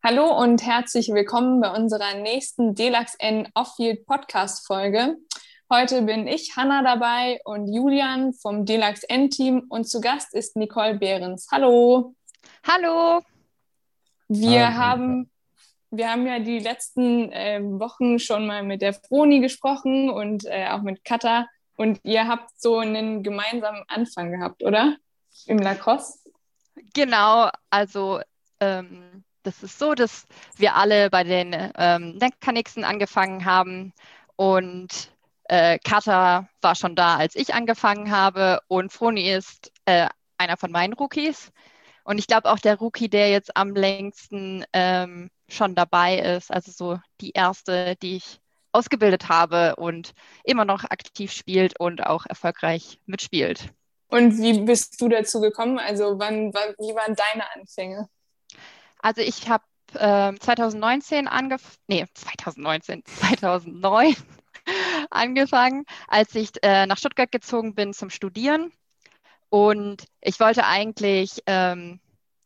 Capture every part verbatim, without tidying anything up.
Hallo und herzlich willkommen bei unserer nächsten D L A X N Off-Field Podcast-Folge. Heute bin ich, Hanna, dabei und Julian vom D L A X N-Team und zu Gast ist Nicole Behrens. Hallo! Hallo! Wir Hallo. haben, wir haben ja die letzten äh, Wochen schon mal mit der Froni gesprochen und äh, auch mit Katha und ihr habt so einen gemeinsamen Anfang gehabt, oder? Im Lacrosse? Genau, also ähm, das ist so, dass wir alle bei den ähm, Neckarnixen angefangen haben und äh, Katha war schon da, als ich angefangen habe und Froni ist äh, einer von meinen Rookies und ich glaube auch der Rookie, der jetzt am längsten ähm, schon dabei ist, also so die erste, die ich ausgebildet habe und immer noch aktiv spielt und auch erfolgreich mitspielt. Und wie bist du dazu gekommen? Also wann, wann, wie waren deine Anfänge? Also ich habe ähm, zwanzig neunzehn angefangen, nee, zwanzig neunzehn, zweitausendneun angefangen, als ich äh, nach Stuttgart gezogen bin zum Studieren. Und ich wollte eigentlich, ähm,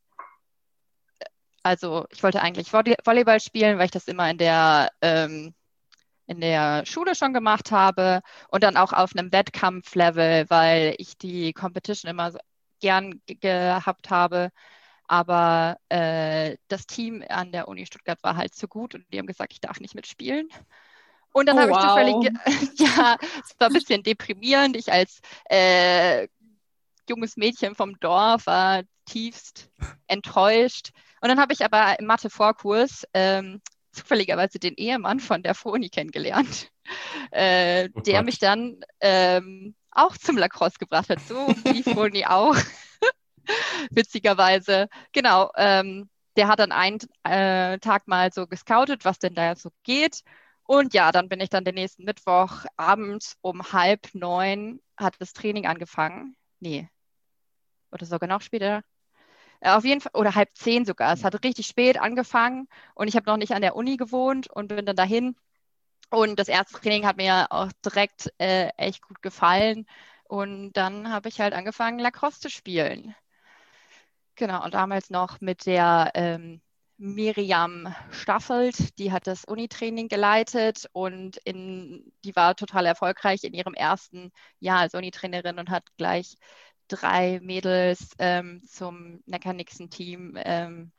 also ich wollte eigentlich Volley Volleyball spielen, weil ich das immer in der, ähm, in der Schule schon gemacht habe und dann auch auf einem Wettkampflevel, weil ich die Competition immer so gern ge gehabt habe. Aber äh, das Team an der Uni Stuttgart war halt zu gut und die haben gesagt, ich darf nicht mitspielen. Und dann Oh, habe ich zufällig, wow. ja, es war ein bisschen deprimierend. Ich als äh, junges Mädchen vom Dorf war tiefst enttäuscht. Und dann habe ich aber im Mathe-Vorkurs ähm, zufälligerweise den Ehemann von der Froni kennengelernt, äh, Oh der mich Gott. dann ähm, auch zum Lacrosse gebracht hat, so wie Froni auch. Witzigerweise. Genau, ähm, der hat dann einen äh, Tag mal so gescoutet, was denn da so geht. Und ja, dann bin ich dann den nächsten Mittwoch abends um halb neun hat das Training angefangen. Nee, oder sogar noch später. Äh, auf jeden Fall, oder halb zehn sogar. Es hat richtig spät angefangen und ich habe noch nicht an der Uni gewohnt und bin dann dahin. Und das erste Training hat mir auch direkt äh, echt gut gefallen. Und dann habe ich halt angefangen, Lacrosse zu spielen. Genau, und damals noch mit der ähm, Miriam Staffelt, die hat das Unitraining geleitet und in, die war total erfolgreich in ihrem ersten Jahr als Unitrainerin und hat gleich drei Mädels ähm, zum Neckar-Nixon-Team ähm,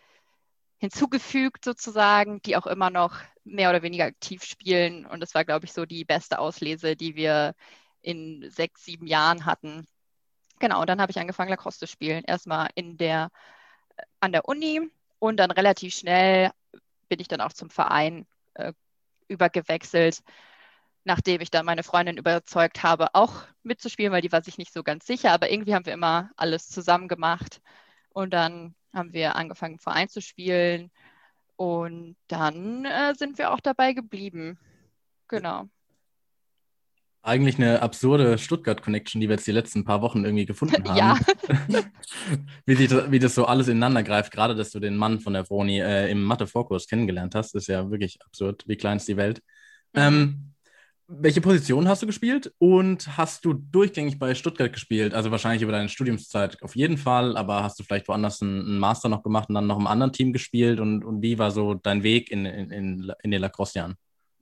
hinzugefügt sozusagen, die auch immer noch mehr oder weniger aktiv spielen. Und das war, glaube ich, so die beste Auslese, die wir in sechs, sieben Jahren hatten. Genau, und dann habe ich angefangen, Lacrosse zu spielen. Erstmal in der, an der Uni und dann relativ schnell bin ich dann auch zum Verein äh, übergewechselt, nachdem ich dann meine Freundin überzeugt habe, auch mitzuspielen, weil die war sich nicht so ganz sicher, aber irgendwie haben wir immer alles zusammen gemacht und dann haben wir angefangen, im Verein zu spielen und dann äh, sind wir auch dabei geblieben. Genau. Eigentlich eine absurde Stuttgart-Connection, die wir jetzt die letzten paar Wochen irgendwie gefunden Ja, haben. Wie, sich das, wie das so alles ineinander greift, gerade dass du den Mann von der Froni äh, im Mathe-Vorkurs kennengelernt hast, ist ja wirklich absurd. Wie klein ist die Welt? mhm. Ähm, welche Position hast du gespielt und hast du durchgängig bei Stuttgart gespielt? Also wahrscheinlich über deine Studiumszeit auf jeden Fall, aber hast du vielleicht woanders einen, einen Master noch gemacht und dann noch im anderen Team gespielt? Und, und wie war so dein Weg in, in, in, in den Lacrosse-Jahren?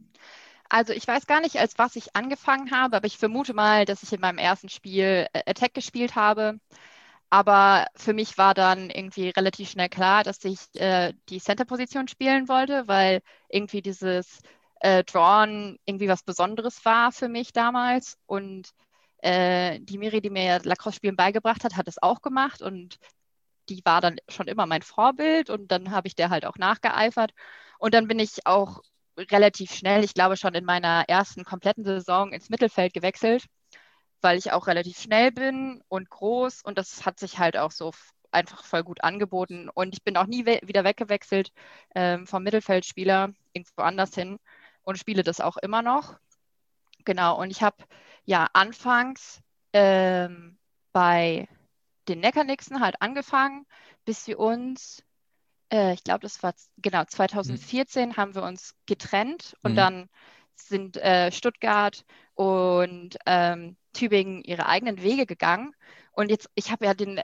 Also ich weiß gar nicht, als was ich angefangen habe, aber ich vermute mal, dass ich in meinem ersten Spiel äh, Attack gespielt habe. Aber für mich war dann irgendwie relativ schnell klar, dass ich äh, die Center-Position spielen wollte, weil irgendwie dieses äh, Drawn irgendwie was Besonderes war für mich damals. Und äh, die Miri, die mir Lacrosse-Spielen beigebracht hat, hat es auch gemacht und die war dann schon immer mein Vorbild und dann habe ich der halt auch nachgeeifert. Und dann bin ich auch relativ schnell, ich glaube schon in meiner ersten kompletten Saison ins Mittelfeld gewechselt, weil ich auch relativ schnell bin und groß und das hat sich halt auch so einfach voll gut angeboten. Und ich bin auch nie we wieder weggewechselt ähm, vom Mittelfeldspieler irgendwo anders hin und spiele das auch immer noch. Genau, und ich habe ja anfangs ähm, bei den Neckar-Nixen halt angefangen, bis wir uns, äh, ich glaube, das war genau Mhm. zwanzig vierzehn, haben wir uns getrennt und Mhm. dann sind äh, Stuttgart und ähm, Tübingen ihre eigenen Wege gegangen. Und jetzt, ich habe ja den,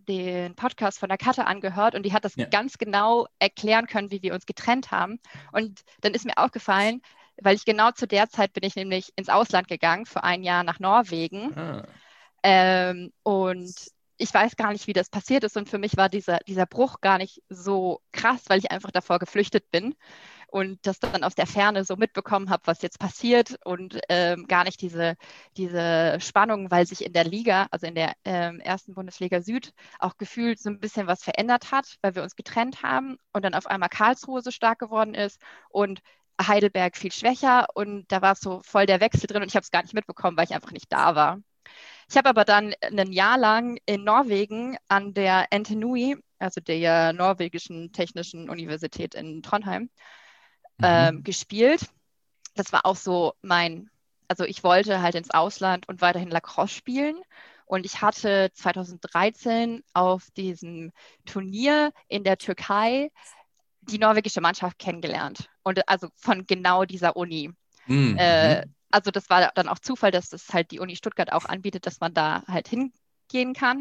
den Podcast von der Katja angehört und die hat das Ja. ganz genau erklären können, wie wir uns getrennt haben. Und dann ist mir aufgefallen, weil ich genau zu der Zeit bin ich nämlich ins Ausland gegangen, für ein Jahr nach Norwegen. Ah. Ähm, und ich weiß gar nicht, wie das passiert ist. Und für mich war dieser, dieser Bruch gar nicht so krass, weil ich einfach davor geflüchtet bin und das dann aus der Ferne so mitbekommen habe, was jetzt passiert und ähm, gar nicht diese, diese Spannung, weil sich in der Liga, also in der ähm, ersten Bundesliga Süd, auch gefühlt so ein bisschen was verändert hat, weil wir uns getrennt haben und dann auf einmal Karlsruhe so stark geworden ist und Heidelberg viel schwächer und da war so voll der Wechsel drin und ich habe es gar nicht mitbekommen, weil ich einfach nicht da war. Ich habe aber dann ein Jahr lang in Norwegen an der N T N U I, also der norwegischen Technischen Universität in Trondheim, Mhm. ähm, gespielt. Das war auch so mein, also ich wollte halt ins Ausland und weiterhin Lacrosse spielen. Und ich hatte zwanzig dreizehn auf diesem Turnier in der Türkei die norwegische Mannschaft kennengelernt. Und also von genau dieser Uni. Mhm. Äh, also das war dann auch Zufall, dass das halt die Uni Stuttgart auch anbietet, dass man da halt hingehen kann.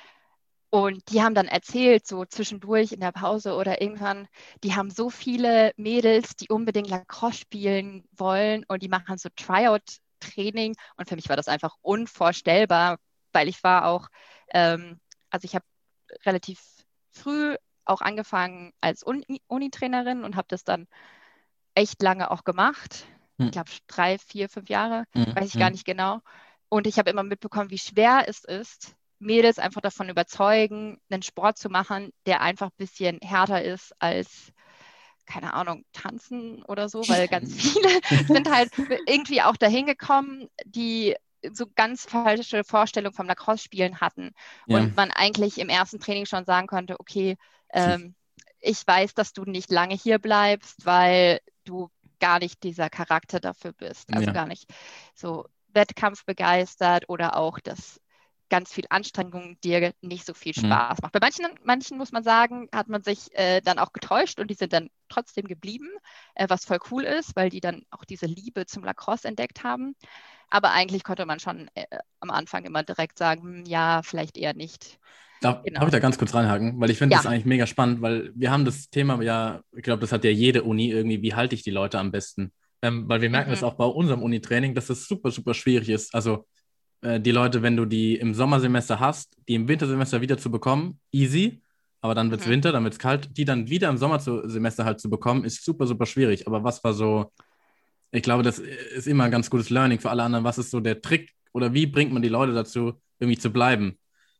Und die haben dann erzählt, so zwischendurch in der Pause oder irgendwann, die haben so viele Mädels, die unbedingt Lacrosse spielen wollen und die machen so Tryout-Training. Und für mich war das einfach unvorstellbar, weil ich war auch, ähm, also ich habe relativ früh auch angefangen als Uni- Unitrainerin und habe das dann echt lange auch gemacht. Hm. Ich glaube drei, vier, fünf Jahre, Mhm. weiß ich gar nicht genau. Und ich habe immer mitbekommen, wie schwer es ist, Mädels einfach davon überzeugen, einen Sport zu machen, der einfach ein bisschen härter ist als, keine Ahnung, tanzen oder so, weil ganz viele sind halt irgendwie auch dahin gekommen, die so ganz falsche Vorstellungen vom Lacrosse-Spielen hatten. Ja. Und man eigentlich im ersten Training schon sagen konnte, okay, ähm, ich weiß, dass du nicht lange hier bleibst, weil du gar nicht dieser Charakter dafür bist. Also Ja. gar nicht so wettkampfbegeistert oder auch das ganz viel Anstrengung dir nicht so viel Mhm. Spaß macht. Bei manchen, manchen muss man sagen, hat man sich äh, dann auch getäuscht und die sind dann trotzdem geblieben, äh, was voll cool ist, weil die dann auch diese Liebe zum Lacrosse entdeckt haben. Aber eigentlich konnte man schon äh, am Anfang immer direkt sagen, hm, ja, vielleicht eher nicht. Darf, Genau. darf ich da ganz kurz reinhaken? Weil ich finde Ja. das eigentlich mega spannend, weil wir haben das Thema ja, ich glaube, das hat ja jede Uni irgendwie, wie halte ich die Leute am besten? Ähm, weil wir merken Mhm. das auch bei unserem Unitraining, dass es super, super schwierig ist. Also äh, die Leute, wenn du die im Sommersemester hast, die im Wintersemester wieder zu bekommen, easy. Aber dann wird es Mhm. Winter, dann wird es kalt. Die dann wieder im Sommersemester halt zu bekommen, ist super, super schwierig. Aber was war so, ich glaube, das ist immer ein ganz gutes Learning für alle anderen. Was ist so der Trick oder wie bringt man die Leute dazu, irgendwie zu bleiben?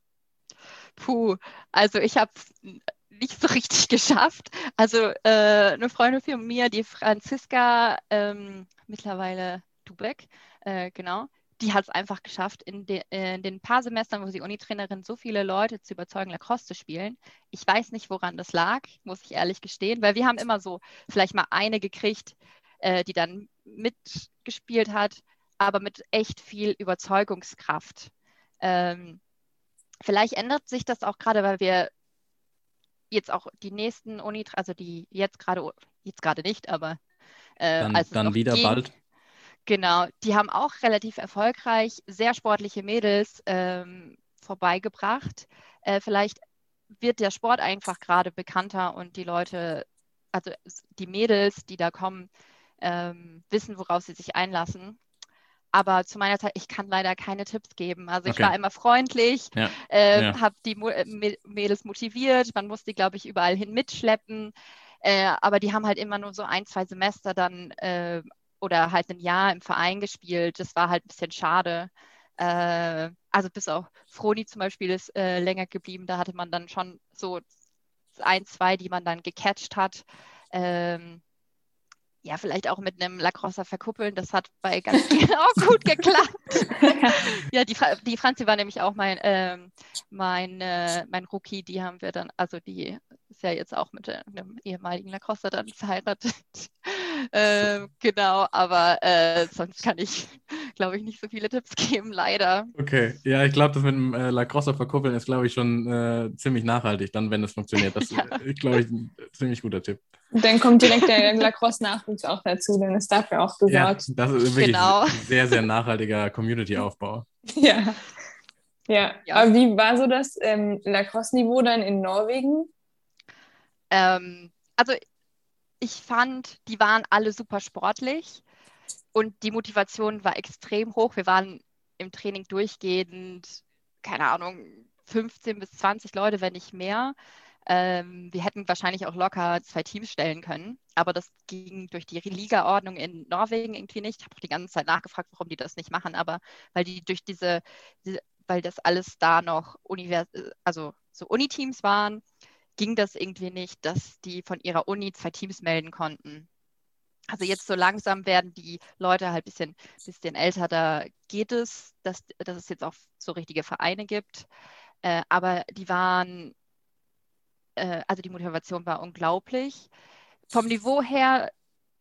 Puh, also ich habe es nicht so richtig geschafft. Also äh, eine Freundin von mir, die Franziska, ähm, mittlerweile Dubeck, äh, genau, die hat es einfach geschafft, in, de, in den paar Semestern, wo sie Unitrainerin, so viele Leute zu überzeugen, Lacrosse zu spielen. Ich weiß nicht, woran das lag, muss ich ehrlich gestehen, weil wir haben immer so vielleicht mal eine gekriegt, äh, die dann mitgespielt hat, aber mit echt viel Überzeugungskraft. Ähm, Vielleicht ändert sich das auch gerade, weil wir jetzt auch die nächsten Uni, also die jetzt gerade, jetzt gerade nicht, aber äh, Dann, als es dann noch wieder ging, bald. genau, die haben auch relativ erfolgreich sehr sportliche Mädels ähm, vorbeigebracht. Äh, vielleicht wird der Sport einfach gerade bekannter und die Leute, also die Mädels, die da kommen, ähm, wissen, worauf sie sich einlassen. Aber zu meiner Zeit, ich kann leider keine Tipps geben. Also ich Okay. war immer freundlich, Ja. äh, Ja. habe die Mo äh, Mädels motiviert. Man musste die, glaube ich, überall hin mitschleppen. Äh, aber die haben halt immer nur so ein, zwei Semester dann äh, oder halt ein Jahr im Verein gespielt. Das war halt ein bisschen schade. Äh, also bis auch Froni zum Beispiel ist äh, länger geblieben. Da hatte man dann schon so ein, zwei, die man dann gecatcht hat. Ähm, Ja, vielleicht auch mit einem Lacrosser verkuppeln. Das hat bei ganz vielen auch gut geklappt. Ja, die, Fra die Franzi war nämlich auch mein, ähm, mein, äh, mein Rookie. Die haben wir dann, also die ist ja jetzt auch mit äh, einem ehemaligen Lacrosser dann verheiratet. ähm, genau, aber äh, sonst kann ich, glaube ich, nicht so viele Tipps geben, leider. Okay, ja, ich glaube, das mit dem äh, Lacrosse verkuppeln ist, glaube ich, schon äh, ziemlich nachhaltig, dann, wenn es funktioniert. Das Ja. ist, glaube ich, ein ziemlich guter Tipp. Und dann kommt direkt der Lacrosse-Nachwuchs auch dazu, dann ist dafür auch Ja, gesorgt. das ist wirklich Genau. sehr, sehr nachhaltiger Community-Aufbau. Ja. Ja, Ja. aber wie war so das ähm, Lacrosse-Niveau dann in Norwegen? Ähm, also ich fand, die waren alle super sportlich und die Motivation war extrem hoch. Wir waren im Training durchgehend, keine Ahnung, fünfzehn bis zwanzig Leute, wenn nicht mehr. Ähm, wir hätten wahrscheinlich auch locker zwei Teams stellen können, aber das ging durch die Ligaordnung in Norwegen irgendwie nicht. Ich habe auch die ganze Zeit nachgefragt, warum die das nicht machen, aber weil die durch diese, diese weil das alles da noch Univers also so Uniteams waren, ging das irgendwie nicht, dass die von ihrer Uni zwei Teams melden konnten. Also jetzt so langsam werden die Leute halt ein bisschen, bisschen älter, da geht es, dass, dass es jetzt auch so richtige Vereine gibt. Äh, aber die waren, äh, also die Motivation war unglaublich. Vom Niveau her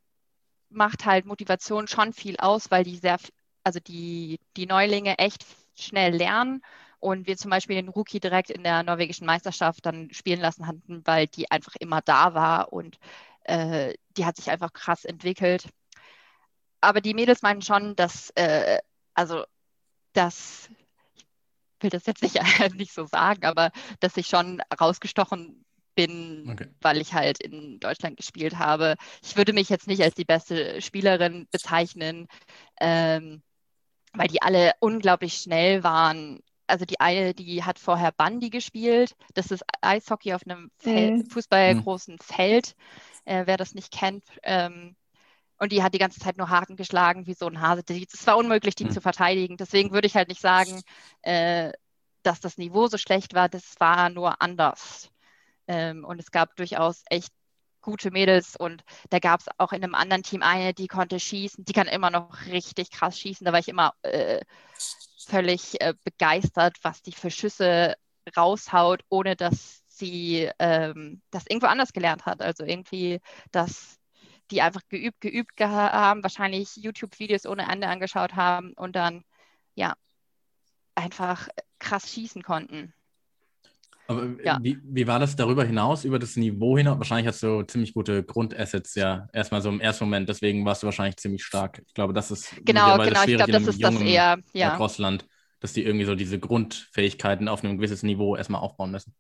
macht halt Motivation schon viel aus, weil die sehr, also die, die Neulinge echt schnell lernen und wir zum Beispiel den Rookie direkt in der norwegischen Meisterschaft dann spielen lassen hatten, weil die einfach immer da war und äh, die hat sich einfach krass entwickelt. Aber die Mädels meinen schon, dass, äh, also, dass, ich will das jetzt nicht, nicht so sagen, aber dass ich schon rausgestochen bin, Okay. weil ich halt in Deutschland gespielt habe. Ich würde mich jetzt nicht als die beste Spielerin bezeichnen, ähm, weil die alle unglaublich schnell waren. Also die eine, die hat vorher Bandy gespielt. Das ist Eishockey auf einem Fel- Mhm. fußballgroßen Feld, äh, wer das nicht kennt. Ähm, und die hat die ganze Zeit nur Haken geschlagen wie so ein Hase. Es war unmöglich, die Hm. zu verteidigen. Deswegen würde ich halt nicht sagen, äh, dass das Niveau so schlecht war. Das war nur anders. Ähm, und es gab durchaus echt gute Mädels und da gab es auch in einem anderen Team eine, die konnte schießen. Die kann immer noch richtig krass schießen. Da war ich immer äh, völlig äh, begeistert, was die für Schüsse raushaut, ohne dass sie ähm, das irgendwo anders gelernt hat. Also irgendwie, dass die einfach geübt, geübt geha- haben, wahrscheinlich YouTube-Videos ohne Ende angeschaut haben und dann ja einfach krass schießen konnten. Aber Ja, wie, wie war das darüber hinaus, über das Niveau hinaus? Wahrscheinlich hast du ziemlich gute Grundassets, ja, erstmal so im ersten Moment, deswegen warst du wahrscheinlich ziemlich stark. Ich glaube, das ist genau, möglicherweise genau. Ich schwierig glaube, in das einem ist das jungen eher, ja. Lacrosse-Land, dass die irgendwie so diese Grundfähigkeiten auf einem gewisses Niveau erstmal aufbauen müssen.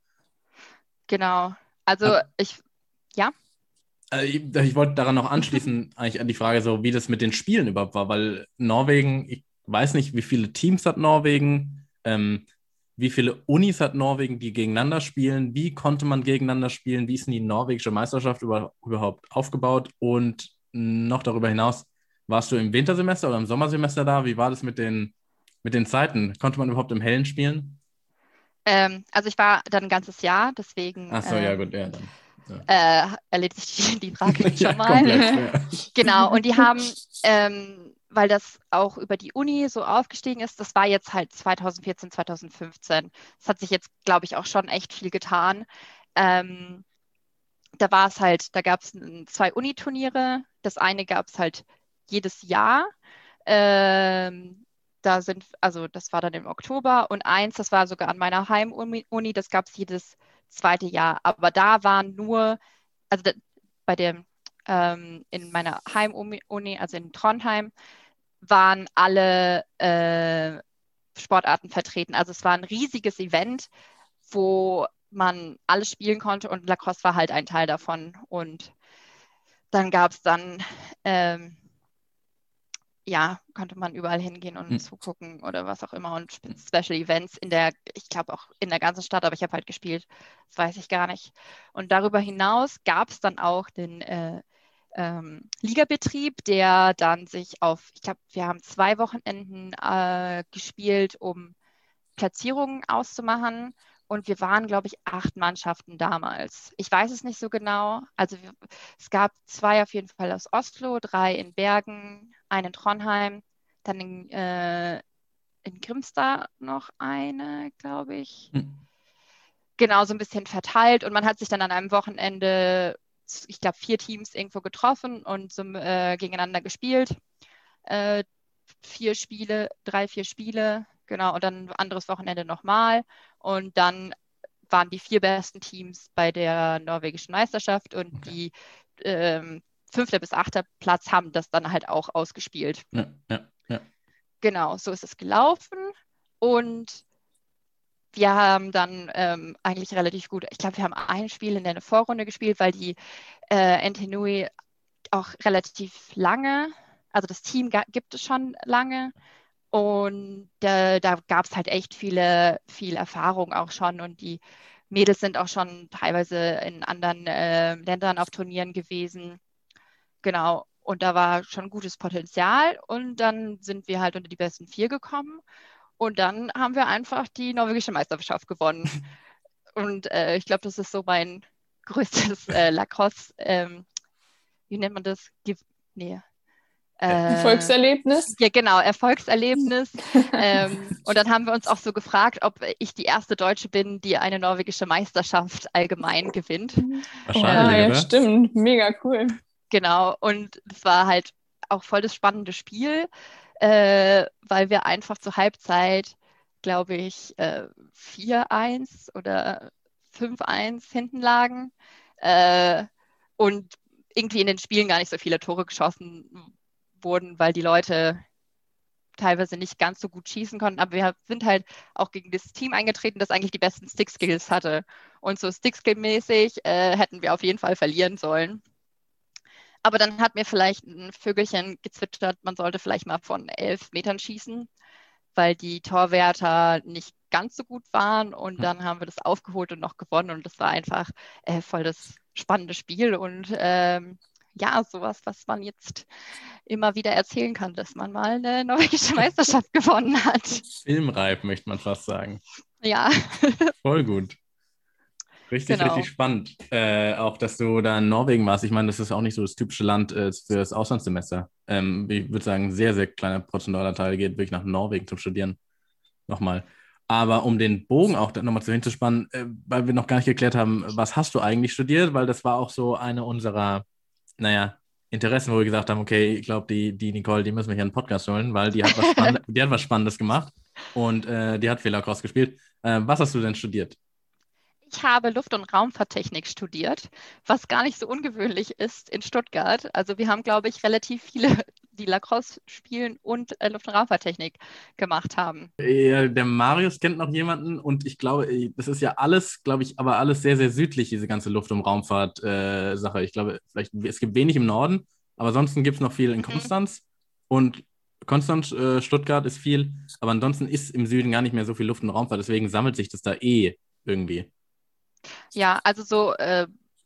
Genau. Also Aber, ich, ja. äh, ich, ich wollte daran noch anschließen, eigentlich an die Frage, so wie das mit den Spielen überhaupt war, weil Norwegen, ich weiß nicht, wie viele Teams hat Norwegen, ähm, wie viele Unis hat Norwegen, die gegeneinander spielen? Wie konnte man gegeneinander spielen? Wie ist denn die norwegische Meisterschaft über, überhaupt aufgebaut? Und noch darüber hinaus, warst du im Wintersemester oder im Sommersemester da? Wie war das mit den, mit den Zeiten? Konnte man überhaupt im Hellen spielen? Ähm, also ich war dann ein ganzes Jahr, deswegen Ach so, ja, gut, ähm, ja, dann. Ja, äh, erledigt sich die Frage jetzt ja schon mal. komplett. Ja. Genau, und die haben, ähm, weil das auch über die Uni so aufgestiegen ist, das war jetzt halt zwanzig vierzehn, zwanzig fünfzehn. Das hat sich jetzt, glaube ich, auch schon echt viel getan. Ähm, da war es halt, da gab es zwei Uniturniere. Das eine gab es halt jedes Jahr. Ähm, da sind, also das war dann im Oktober und eins, das war sogar an meiner Heimuni, das gab es jedes zweite Jahr. Aber da waren nur, also da, bei dem, ähm, in meiner Heimuni, also in Trondheim, waren alle äh, Sportarten vertreten. Also es war ein riesiges Event, wo man alles spielen konnte und Lacrosse war halt ein Teil davon. Und dann gab es dann ähm, ja, konnte man überall hingehen und Hm. zugucken oder was auch immer und Special Events in der, ich glaube auch in der ganzen Stadt, aber ich habe halt gespielt, das weiß ich gar nicht. Und darüber hinaus gab es dann auch den äh, ähm, Ligabetrieb, der dann sich auf, ich glaube, wir haben zwei Wochenenden äh, gespielt, um Platzierungen auszumachen. Und wir waren, glaube ich, acht Mannschaften damals. Ich weiß es nicht so genau. Also wir, es gab zwei auf jeden Fall aus Oslo, drei in Bergen, einen in Trondheim, dann in, äh, in Grimstad noch eine, glaube ich. Hm. Genau, so ein bisschen verteilt. Und man hat sich dann an einem Wochenende, ich glaube, vier Teams irgendwo getroffen und so, äh, gegeneinander gespielt. Äh, vier Spiele, drei, vier Spiele, genau, und dann ein anderes Wochenende nochmal. Und dann waren die vier besten Teams bei der norwegischen Meisterschaft und Okay. die ähm, fünfter bis achter Platz haben das dann halt auch ausgespielt. Ja, ja, ja. Genau, so ist es gelaufen. Und wir haben dann ähm, eigentlich relativ gut, ich glaube, wir haben ein Spiel in der Vorrunde gespielt, weil die äh, Antinui auch relativ lange, also das Team ga, gibt es schon lange und äh, da gab es halt echt viele, viel Erfahrung auch schon und die Mädels sind auch schon teilweise in anderen äh, Ländern auf Turnieren gewesen. Genau, und da war schon gutes Potenzial und dann sind wir halt unter die besten vier gekommen und dann haben wir einfach die norwegische Meisterschaft gewonnen. Und äh, ich glaube, das ist so mein größtes äh, Lacrosse, ähm, wie nennt man das? Ge nee. Äh, Erfolgserlebnis? ja, genau, Erfolgserlebnis. ähm, und dann haben wir uns auch so gefragt, ob ich die erste Deutsche bin, die eine norwegische Meisterschaft allgemein gewinnt. Wahrscheinlich, Ah, ja, oder? stimmt. Mega cool. Genau, und es war halt auch voll das spannende Spiel, äh, weil wir einfach zur Halbzeit, glaube ich, äh, vier eins oder fünf eins hinten lagen äh, und irgendwie in den Spielen gar nicht so viele Tore geschossen wurden, weil die Leute teilweise nicht ganz so gut schießen konnten. Aber wir sind halt auch gegen das Team eingetreten, das eigentlich die besten Stick-Skills hatte. Und so Stick-Skill-mäßig äh, hätten wir auf jeden Fall verlieren sollen. Aber dann hat mir vielleicht ein Vögelchen gezwitschert, man sollte vielleicht mal von elf Metern schießen, weil die Torwärter nicht ganz so gut waren. Und dann haben wir das aufgeholt und noch gewonnen. Und das war einfach äh, voll das spannende Spiel. Und ähm, ja, sowas, was man jetzt immer wieder erzählen kann, dass man mal eine norwegische Meisterschaft gewonnen hat. Filmreif, möchte man fast sagen. Ja. Voll gut. Richtig, Genau. richtig spannend. Äh, auch, dass du da in Norwegen warst. Ich meine, das ist auch nicht so das typische Land äh, für das Auslandssemester. Ähm, ich würde sagen, ein sehr, sehr kleiner prozentualer Teil geht wirklich nach Norwegen zum Studieren. Nochmal. Aber um den Bogen auch nochmal zu hinzuspannen, äh, weil wir noch gar nicht geklärt haben, was hast du eigentlich studiert? Weil das war auch so eine unserer, naja, Interessen, wo wir gesagt haben, okay, ich glaube, die, die Nicole, die müssen wir hier einen Podcast holen, weil die hat was, Spann die hat was Spannendes gemacht und äh, die hat viel Lacrosse gespielt. Äh, was hast du denn studiert? Ich habe Luft- und Raumfahrttechnik studiert, was gar nicht so ungewöhnlich ist in Stuttgart. Also wir haben, glaube ich, relativ viele, die Lacrosse spielen und äh, Luft- und Raumfahrttechnik gemacht haben. Ja, der Marius kennt noch jemanden und ich glaube, äh, das ist ja alles, glaube ich, aber alles sehr, sehr südlich, diese ganze Luft- und Raumfahrt-Sache. Ich glaube, vielleicht, es gibt wenig im Norden, aber ansonsten gibt es noch viel in Mhm. Konstanz und Konstanz, äh, Stuttgart ist viel, aber ansonsten ist im Süden gar nicht mehr so viel Luft- und Raumfahrt, deswegen sammelt sich das da eh irgendwie. Ja, also so äh,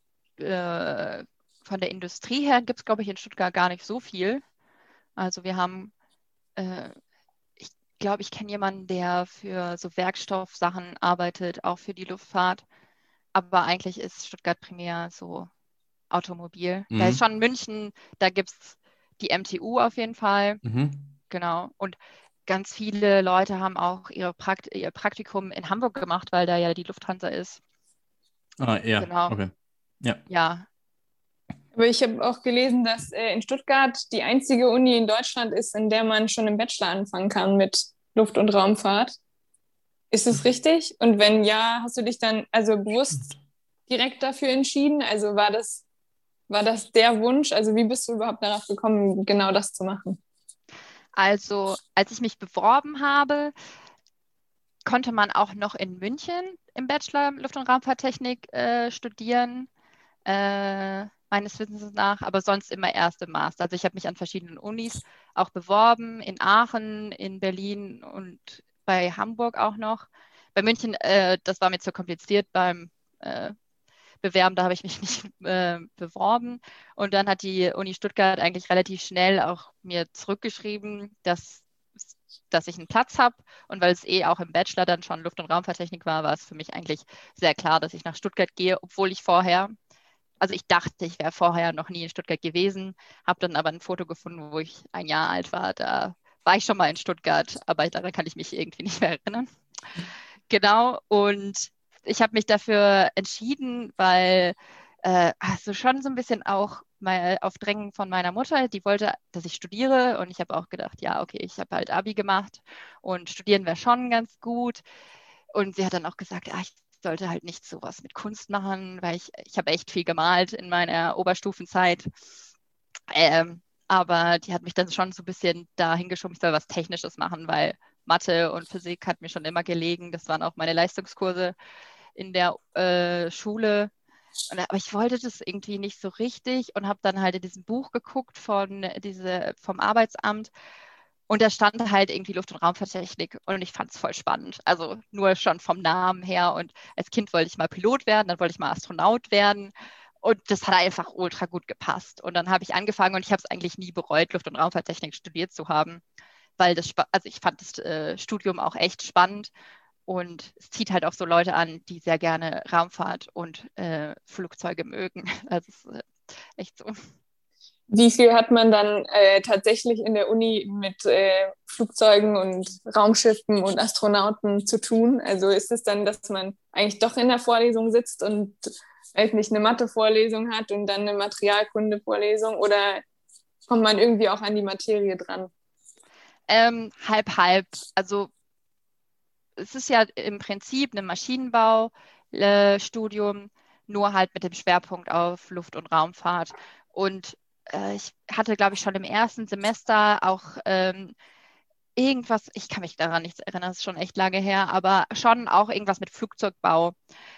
äh, von der Industrie her gibt es, glaube ich, in Stuttgart gar nicht so viel. Also wir haben, äh, ich glaube, ich kenne jemanden, der für so Werkstoffsachen arbeitet, auch für die Luftfahrt. Aber eigentlich ist Stuttgart primär so Automobil. Da ist Mhm. schon München, da gibt es die M T U auf jeden Fall. Mhm. Genau. Und ganz viele Leute haben auch ihre Prakt ihr Praktikum in Hamburg gemacht, weil da ja die Lufthansa ist. Ah, ja, Genau. okay. Ja. Ja. Aber ich habe auch gelesen, dass äh, in Stuttgart die einzige Uni in Deutschland ist, in der man schon im Bachelor anfangen kann mit Luft- und Raumfahrt. Ist es richtig? Und wenn ja, hast du dich dann also bewusst direkt dafür entschieden? Also war das, war das der Wunsch? Also wie bist du überhaupt darauf gekommen, genau das zu machen? Also, als ich mich beworben habe, konnte man auch noch in München im Bachelor Luft- und Raumfahrttechnik äh, studieren, äh, meines Wissens nach, aber sonst immer erst im Master. Also ich habe mich an verschiedenen Unis auch beworben, in Aachen, in Berlin und bei Hamburg auch noch. Bei München, äh, das war mir zu kompliziert beim äh, Bewerben, da habe ich mich nicht äh, beworben. Und dann hat die Uni Stuttgart eigentlich relativ schnell auch mir zurückgeschrieben, dass, dass ich einen Platz habe. Und weil es eh auch im Bachelor dann schon Luft- und Raumfahrttechnik war, war es für mich eigentlich sehr klar, dass ich nach Stuttgart gehe, obwohl ich vorher, also ich dachte, ich wäre vorher noch nie in Stuttgart gewesen, habe dann aber ein Foto gefunden, wo ich ein Jahr alt war. Da war ich schon mal in Stuttgart, aber daran kann ich mich irgendwie nicht mehr erinnern. Genau, und ich habe mich dafür entschieden, weil äh, also schon so ein bisschen auch mal auf Drängen von meiner Mutter, die wollte, dass ich studiere und ich habe auch gedacht, ja, okay, ich habe halt Abi gemacht und studieren wäre schon ganz gut. Und sie hat dann auch gesagt, ja, ich sollte halt nicht sowas mit Kunst machen, weil ich, ich habe echt viel gemalt in meiner Oberstufenzeit. Ähm, aber die hat mich dann schon so ein bisschen dahin geschoben, ich soll was Technisches machen, weil Mathe und Physik hat mir schon immer gelegen. Das waren auch meine Leistungskurse in der äh, Schule. Und, aber ich wollte das irgendwie nicht so richtig und habe dann halt in diesem Buch geguckt von diese, vom Arbeitsamt. Und da stand halt irgendwie Luft- und Raumfahrttechnik und ich fand es voll spannend. Also nur schon vom Namen her. Und als Kind wollte ich mal Pilot werden, dann wollte ich mal Astronaut werden. Und das hat einfach ultra gut gepasst. Und dann habe ich angefangen und ich habe es eigentlich nie bereut, Luft- und Raumfahrttechnik studiert zu haben, weil das, also ich fand das äh, Studium auch echt spannend. Und es zieht halt auch so Leute an, die sehr gerne Raumfahrt und äh, Flugzeuge mögen. Also es ist äh, echt so. Wie viel hat man dann äh, tatsächlich in der Uni mit äh, Flugzeugen und Raumschiffen und Astronauten zu tun? Also ist es dann, dass man eigentlich doch in der Vorlesung sitzt und, weiß nicht, eine Mathe-Vorlesung hat und dann eine Materialkunde-Vorlesung oder kommt man irgendwie auch an die Materie dran? Ähm, halb, halb. Also es ist ja im Prinzip ein Maschinenbaustudium, nur halt mit dem Schwerpunkt auf Luft- und Raumfahrt. Und äh, ich hatte, glaube ich, schon im ersten Semester auch ähm, irgendwas, ich kann mich daran nicht erinnern, das ist schon echt lange her, aber schon auch irgendwas mit Flugzeugbau,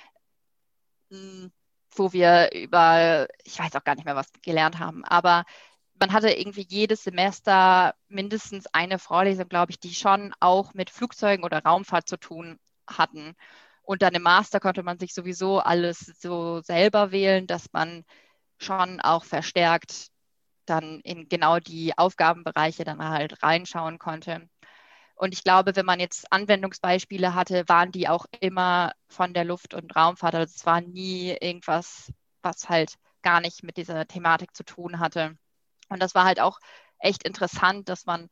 mh, wo wir über, ich weiß auch gar nicht mehr, was wir gelernt haben, aber man hatte irgendwie jedes Semester mindestens eine Vorlesung, glaube ich, die schon auch mit Flugzeugen oder Raumfahrt zu tun hatten. Und dann im Master konnte man sich sowieso alles so selber wählen, dass man schon auch verstärkt dann in genau die Aufgabenbereiche dann halt reinschauen konnte. Und ich glaube, wenn man jetzt Anwendungsbeispiele hatte, waren die auch immer von der Luft- und Raumfahrt. Also es war nie irgendwas, was halt gar nicht mit dieser Thematik zu tun hatte. Und das war halt auch echt interessant, dass man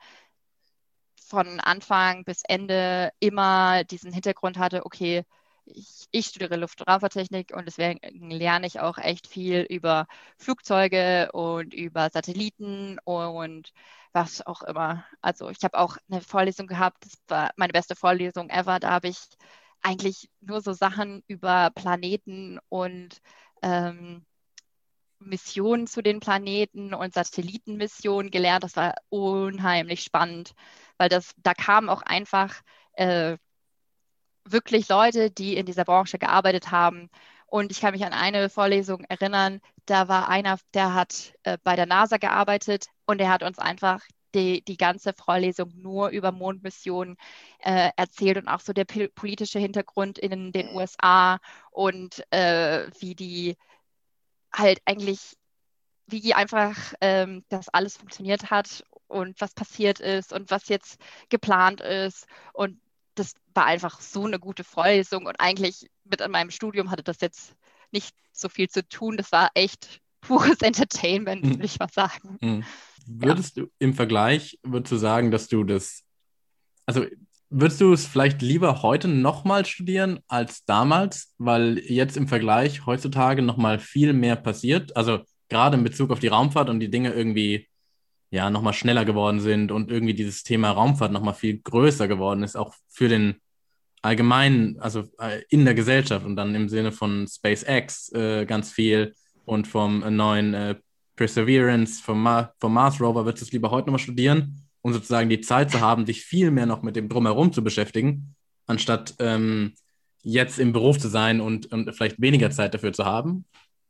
von Anfang bis Ende immer diesen Hintergrund hatte, okay, ich, ich studiere Luft- und Raumfahrttechnik und deswegen lerne ich auch echt viel über Flugzeuge und über Satelliten und was auch immer. Also ich habe auch eine Vorlesung gehabt, das war meine beste Vorlesung ever, da habe ich eigentlich nur so Sachen über Planeten und ähm, Missionen zu den Planeten und Satellitenmissionen gelernt. Das war unheimlich spannend, weil das, da kamen auch einfach äh, wirklich Leute, die in dieser Branche gearbeitet haben. Und ich kann mich an eine Vorlesung erinnern, da war einer, der hat äh, bei der NASA gearbeitet und der hat uns einfach die, die ganze Vorlesung nur über Mondmissionen äh, erzählt und auch so der politische Hintergrund in den U S A und äh, wie die halt eigentlich wie einfach ähm, das alles funktioniert hat und was passiert ist und was jetzt geplant ist. Und das war einfach so eine gute Vorlesung. Und eigentlich mit meinem Studium hatte das jetzt nicht so viel zu tun. Das war echt pures Entertainment, würde ich mal sagen. Mhm. Ja. Würdest du im Vergleich, würdest du sagen, dass du das, also würdest du es vielleicht lieber heute nochmal studieren als damals, weil jetzt im Vergleich heutzutage nochmal viel mehr passiert? Also gerade in Bezug auf die Raumfahrt und die Dinge irgendwie ja nochmal schneller geworden sind und irgendwie dieses Thema Raumfahrt nochmal viel größer geworden ist, auch für den allgemeinen, also äh, in der Gesellschaft und dann im Sinne von SpaceX äh, ganz viel und vom äh, neuen äh, Perseverance, vom, Ma vom Mars Rover, würdest du es lieber heute nochmal studieren, um sozusagen die Zeit zu haben, dich viel mehr noch mit dem Drumherum zu beschäftigen, anstatt ähm, jetzt im Beruf zu sein und, und vielleicht weniger Zeit dafür zu haben?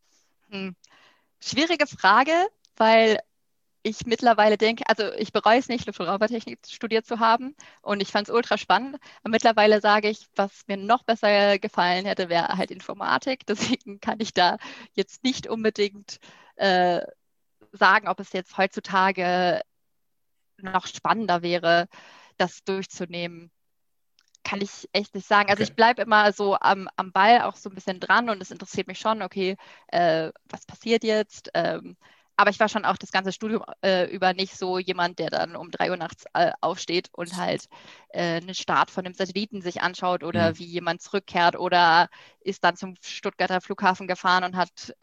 Hm. Schwierige Frage, weil ich mittlerweile denke, also ich bereue es nicht, Luft- und Raumfahrttechnik studiert zu haben und ich fand es ultra spannend. Aber mittlerweile sage ich, was mir noch besser gefallen hätte, wäre halt Informatik. Deswegen kann ich da jetzt nicht unbedingt äh, sagen, ob es jetzt heutzutage noch spannender wäre, das durchzunehmen. Kann ich echt nicht sagen. Also Okay. ich bleibe immer so am, am Ball auch so ein bisschen dran und es interessiert mich schon, okay, äh, was passiert jetzt? Ähm, aber ich war schon auch das ganze Studium äh, über nicht so jemand, der dann um drei Uhr nachts äh, aufsteht und halt äh, einen Start von einem Satelliten sich anschaut Hm. oder wie jemand zurückkehrt oder ist dann zum Stuttgarter Flughafen gefahren und hat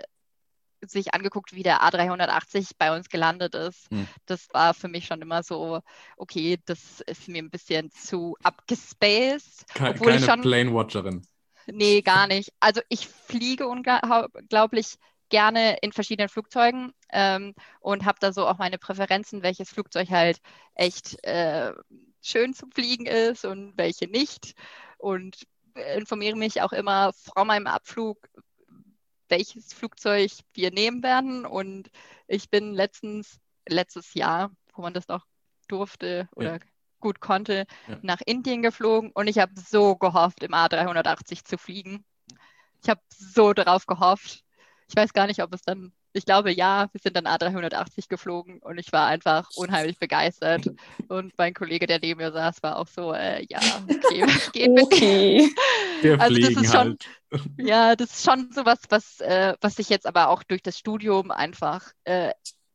sich angeguckt, wie der A dreihundertachtzig bei uns gelandet ist. Hm. Das war für mich schon immer so, okay, das ist mir ein bisschen zu abgespaced, Ke obwohl ich keine schon, Plane-Watcherin. nee, gar nicht. Also ich fliege unglaublich gerne in verschiedenen Flugzeugen ähm, und habe da so auch meine Präferenzen, welches Flugzeug halt echt äh, schön zum Fliegen ist und welche nicht. Und informiere mich auch immer vor meinem Abflug, welches Flugzeug wir nehmen werden. Und ich bin letztens, letztes Jahr, wo man das noch durfte oder ja. gut konnte, ja. nach Indien geflogen und ich habe so gehofft, im A drei achtzig zu fliegen. Ich habe so darauf gehofft. Ich weiß gar nicht, ob es dann, ich glaube ja, wir sind dann A drei achtzig geflogen und ich war einfach unheimlich begeistert. Und mein Kollege, der neben mir saß, war auch so, äh, ja, okay, geht okay. Wir also fliegen das ist schon, halt. ja, das ist schon sowas, was, äh, was ich jetzt aber auch durch das Studium einfach äh,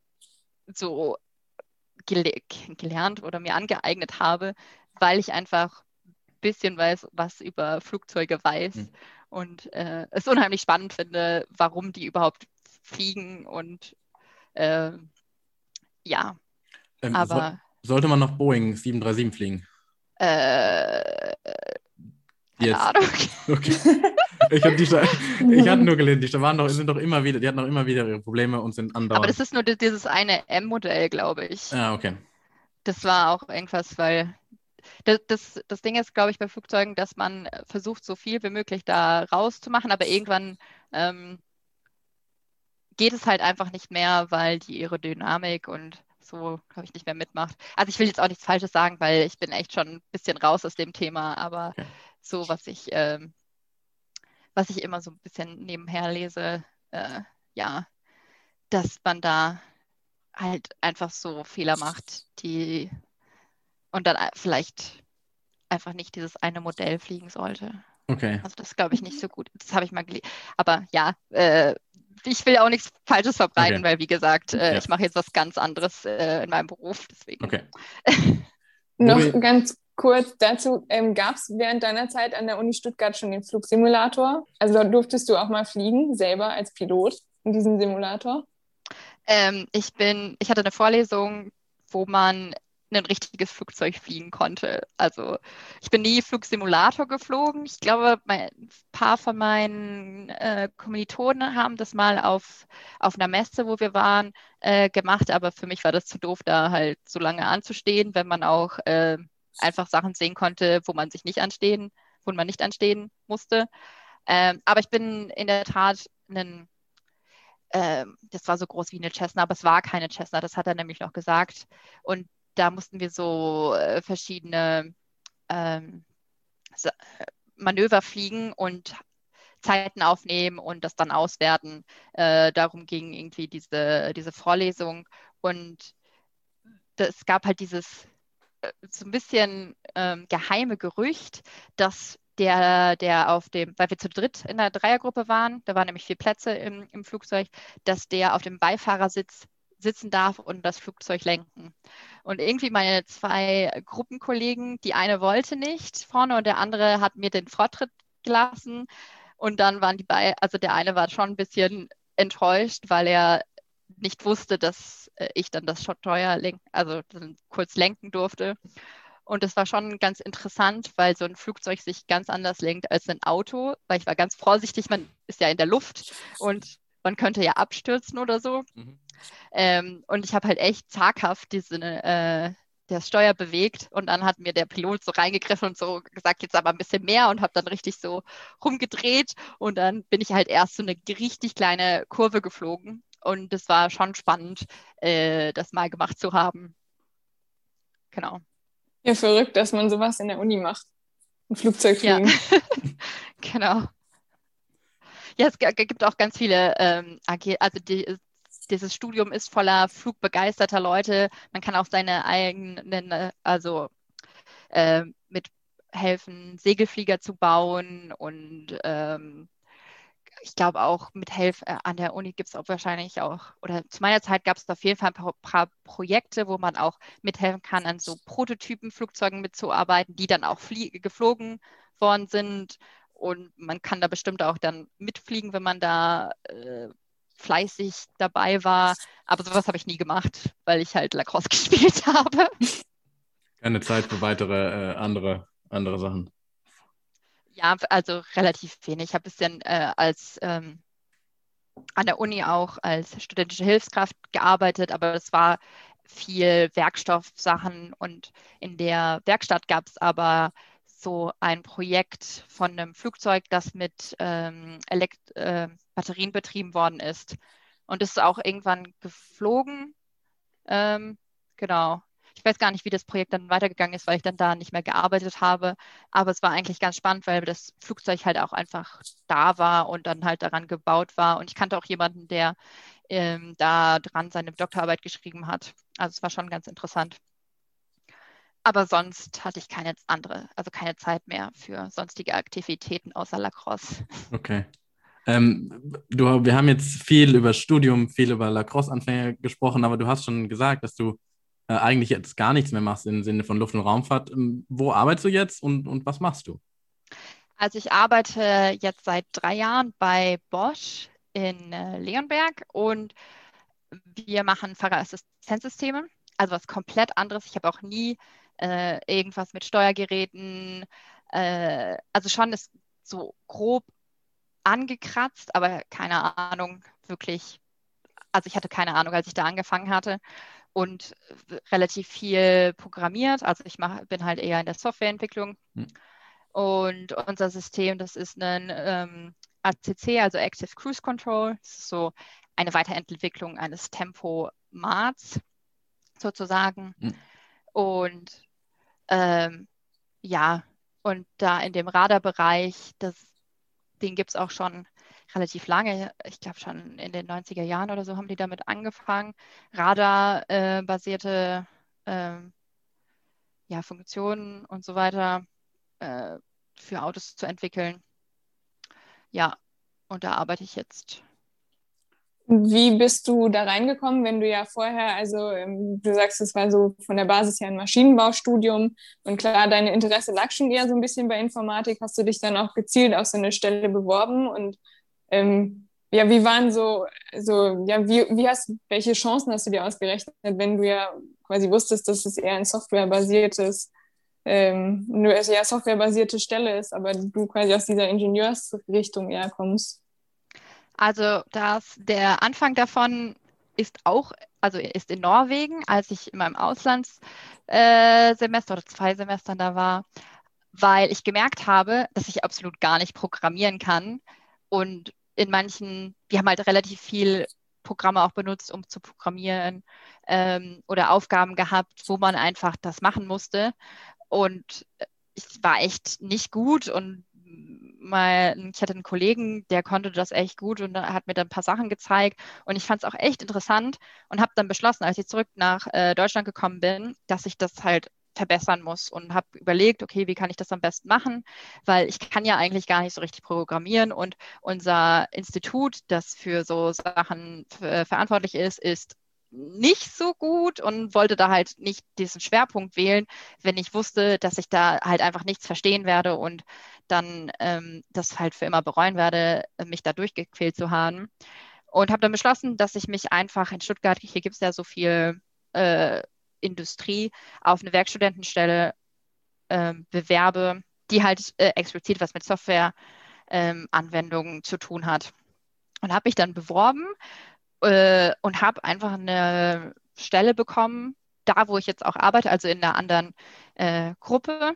so gele- gelernt oder mir angeeignet habe, weil ich einfach ein bisschen weiß, was über Flugzeuge weiß mhm. und äh, es unheimlich spannend finde, warum die überhaupt fliegen und äh, ja, ähm, aber so, sollte man noch Boeing sieben drei sieben fliegen? Äh, keine Jetzt. Ahnung. Okay. Ich, hab die, ich hatte nur gelesen, die waren doch, sind doch immer wieder, die hatten doch immer wieder ihre Probleme und sind andauernd. Aber das ist nur dieses eine M-Modell, glaube ich. Ah, okay. Das war auch irgendwas, weil das, das, das Ding ist, glaube ich, bei Flugzeugen, dass man versucht, so viel wie möglich da rauszumachen, aber irgendwann ähm, geht es halt einfach nicht mehr, weil die Aerodynamik und so, glaube ich, nicht mehr mitmacht. Also ich will jetzt auch nichts Falsches sagen, weil ich bin echt schon ein bisschen raus aus dem Thema, aber okay. so, was ich, ähm, was ich immer so ein bisschen nebenher lese, äh, ja, dass man da halt einfach so Fehler macht, die und dann vielleicht einfach nicht dieses eine Modell fliegen sollte. Okay. Also das glaube ich nicht so gut. Das habe ich mal gelesen. Aber ja, äh, ich will auch nichts Falsches verbreiten, okay. weil wie gesagt, äh, ja. ich mache jetzt was ganz anderes äh, in meinem Beruf. Deswegen. Okay. Noch ganz kurz dazu, ähm, gab es während deiner Zeit an der Uni Stuttgart schon den Flugsimulator? Also dort durftest du auch mal fliegen, selber als Pilot in diesem Simulator? Ähm, ich bin, ich hatte eine Vorlesung, wo man ein richtiges Flugzeug fliegen konnte. Also ich bin nie Flugsimulator geflogen. Ich glaube, mein, ein paar von meinen äh, Kommilitonen haben das mal auf, auf einer Messe, wo wir waren, äh, gemacht, aber für mich war das zu doof, da halt so lange anzustehen, wenn man auch äh, einfach Sachen sehen konnte, wo man sich nicht anstehen, wo man nicht anstehen musste. Ähm, aber ich bin in der Tat einen ähm, das war so groß wie eine Cessna, aber es war keine Cessna, das hat er nämlich noch gesagt. Und da mussten wir so äh, verschiedene ähm, Manöver fliegen und Zeiten aufnehmen und das dann auswerten. Äh, darum ging irgendwie diese, diese Vorlesung. Und es gab halt dieses äh, so ein bisschen ähm, geheime Gerücht, dass der, der auf dem, weil wir zu dritt in der Dreiergruppe waren, da waren nämlich vier Plätze im, im Flugzeug, dass der auf dem Beifahrersitz sitzen darf und das Flugzeug lenken. Und irgendwie meine zwei Gruppenkollegen, die eine wollte nicht vorne und der andere hat mir den Vortritt gelassen. Und dann waren die beiden, also der eine war schon ein bisschen enttäuscht, weil er nicht wusste, dass ich dann das Steuer lenken, also kurz lenken durfte. Und das war schon ganz interessant, weil so ein Flugzeug sich ganz anders lenkt als ein Auto, weil ich war ganz vorsichtig, man ist ja in der Luft und man könnte ja abstürzen oder so. Mhm. Ähm, und ich habe halt echt zaghaft diese, äh, der Steuer bewegt und dann hat mir der Pilot so reingegriffen und so gesagt, jetzt aber ein bisschen mehr und habe dann richtig so rumgedreht und dann bin ich halt erst so eine richtig kleine Kurve geflogen und das war schon spannend, äh, das mal gemacht zu haben. Genau. Ja, verrückt, dass man sowas in der Uni macht. Ein Flugzeug fliegen. Ja, genau. Ja, es g- gibt auch ganz viele, ähm, A G, also die, dieses Studium ist voller flugbegeisterter Leute. Man kann auch seine eigenen, also äh, mithelfen, Segelflieger zu bauen und ähm, ich glaube auch mithelfen, äh, an der Uni gibt es auch wahrscheinlich auch, oder zu meiner Zeit gab es auf jeden Fall ein paar, paar Projekte, wo man auch mithelfen kann, an so Prototypenflugzeugen mitzuarbeiten, die dann auch flie- geflogen worden sind. Und man kann da bestimmt auch dann mitfliegen, wenn man da äh, fleißig dabei war. Aber sowas habe ich nie gemacht, weil ich halt Lacrosse gespielt habe. Keine Zeit für weitere äh, andere, andere Sachen. Ja, also relativ wenig. Ich habe ein bisschen äh, als ähm, an der Uni auch als studentische Hilfskraft gearbeitet, aber es war viel Werkstoffsachen und in der Werkstatt gab es aber so ein Projekt von einem Flugzeug, das mit ähm, Elekt äh, Batterien betrieben worden ist. Und ist auch irgendwann geflogen. Ähm, genau. Ich weiß gar nicht, wie das Projekt dann weitergegangen ist, weil ich dann da nicht mehr gearbeitet habe. Aber es war eigentlich ganz spannend, weil das Flugzeug halt auch einfach da war und dann halt daran gebaut war. Und ich kannte auch jemanden, der ähm, da dran seine Doktorarbeit geschrieben hat. Also es war schon ganz interessant. Aber sonst hatte ich keine andere, also keine Zeit mehr für sonstige Aktivitäten außer Lacrosse. Okay. Ähm, du, wir haben jetzt viel über Studium, viel über Lacrosse-Anfänge gesprochen, aber du hast schon gesagt, dass du äh, eigentlich jetzt gar nichts mehr machst im Sinne von Luft- und Raumfahrt. Ähm, wo arbeitest du jetzt und, und was machst du? Also ich arbeite jetzt seit drei Jahren bei Bosch in äh, Leonberg und wir machen Fahrerassistenzsysteme, also was komplett anderes. Ich habe auch nie äh, irgendwas mit Steuergeräten, äh, also schon ist so grob angekratzt, aber keine Ahnung wirklich. Also ich hatte keine Ahnung, als ich da angefangen hatte und relativ viel programmiert. Also ich mach, bin halt eher in der Softwareentwicklung. Hm. Und unser System, das ist ein ähm, A C C, also Active Cruise Control. Das ist so eine Weiterentwicklung eines Tempomats sozusagen. Hm. Und ähm, ja, und da in dem Radarbereich, das, den gibt es auch schon relativ lange. Ich glaube schon in den neunziger Jahren oder so haben die damit angefangen, Radar-basierte äh, äh, ja, Funktionen und so weiter äh, für Autos zu entwickeln. Ja, und da arbeite ich jetzt. Wie bist du da reingekommen, wenn du ja vorher, also ähm, du sagst, es war so von der Basis her ein Maschinenbaustudium und klar, dein Interesse lag schon eher so ein bisschen bei Informatik. Hast du dich dann auch gezielt auf so eine Stelle beworben und ähm, ja, wie waren so, so ja, wie, wie hast, welche Chancen hast du dir ausgerechnet, wenn du ja quasi wusstest, dass es eher ein softwarebasiertes, ähm, nur es ja softwarebasierte Stelle ist, aber du quasi aus dieser Ingenieursrichtung eher kommst? Also das, der Anfang davon ist auch, also ist in Norwegen, als ich in meinem Auslandssemester oder zwei Semestern da war, weil ich gemerkt habe, dass ich absolut gar nicht programmieren kann. Und in manchen, wir haben halt relativ viel Programme auch benutzt, um zu programmieren ähm, oder Aufgaben gehabt, wo man einfach das machen musste. Und ich war echt nicht gut und mal, ich hatte einen Kollegen, der konnte das echt gut und hat mir dann ein paar Sachen gezeigt und ich fand es auch echt interessant und habe dann beschlossen, als ich zurück nach äh, Deutschland gekommen bin, dass ich das halt verbessern muss und habe überlegt, okay, wie kann ich das am besten machen, weil ich kann ja eigentlich gar nicht so richtig programmieren und unser Institut, das für so Sachen äh, verantwortlich ist, ist nicht so gut und wollte da halt nicht diesen Schwerpunkt wählen, wenn ich wusste, dass ich da halt einfach nichts verstehen werde und dann ähm, das halt für immer bereuen werde, mich da durchgequält zu haben. Und habe dann beschlossen, dass ich mich einfach in Stuttgart, hier gibt es ja so viel äh, Industrie, auf eine Werkstudentenstelle äh, bewerbe, die halt äh, explizit was mit Software-Anwendungen ähm, zu tun hat. Und habe mich dann beworben äh, und habe einfach eine Stelle bekommen, da wo ich jetzt auch arbeite, also in einer anderen äh, Gruppe.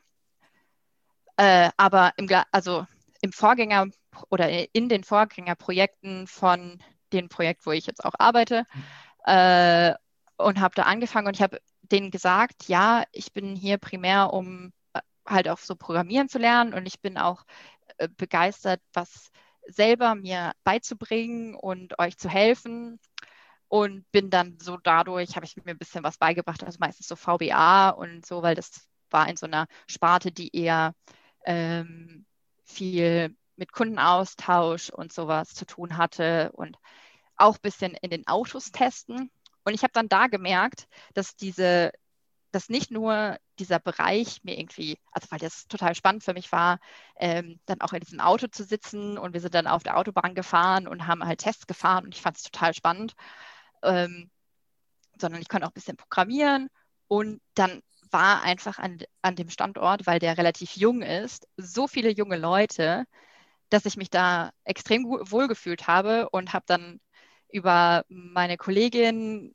Äh, aber im, also im Vorgänger oder in den Vorgängerprojekten von dem Projekt, wo ich jetzt auch arbeite, äh, und habe da angefangen und ich habe denen gesagt, ja, ich bin hier primär, um äh, halt auch so programmieren zu lernen und ich bin auch äh, begeistert, was selber mir beizubringen und euch zu helfen und bin dann so dadurch, habe ich mir ein bisschen was beigebracht, also meistens so V B A und so, weil das war in so einer Sparte, die eher ähm, viel mit Kundenaustausch und sowas zu tun hatte und auch ein bisschen in den Autos testen. Und ich habe dann da gemerkt, dass diese, dass nicht nur dieser Bereich mir irgendwie, also weil das total spannend für mich war, ähm, dann auch in diesem Auto zu sitzen und wir sind dann auf der Autobahn gefahren und haben halt Tests gefahren und ich fand es total spannend, ähm, sondern ich konnte auch ein bisschen programmieren und dann war einfach an, an dem Standort, weil der relativ jung ist, so viele junge Leute, dass ich mich da extrem wohl gefühlt habe und habe dann über meine Kollegin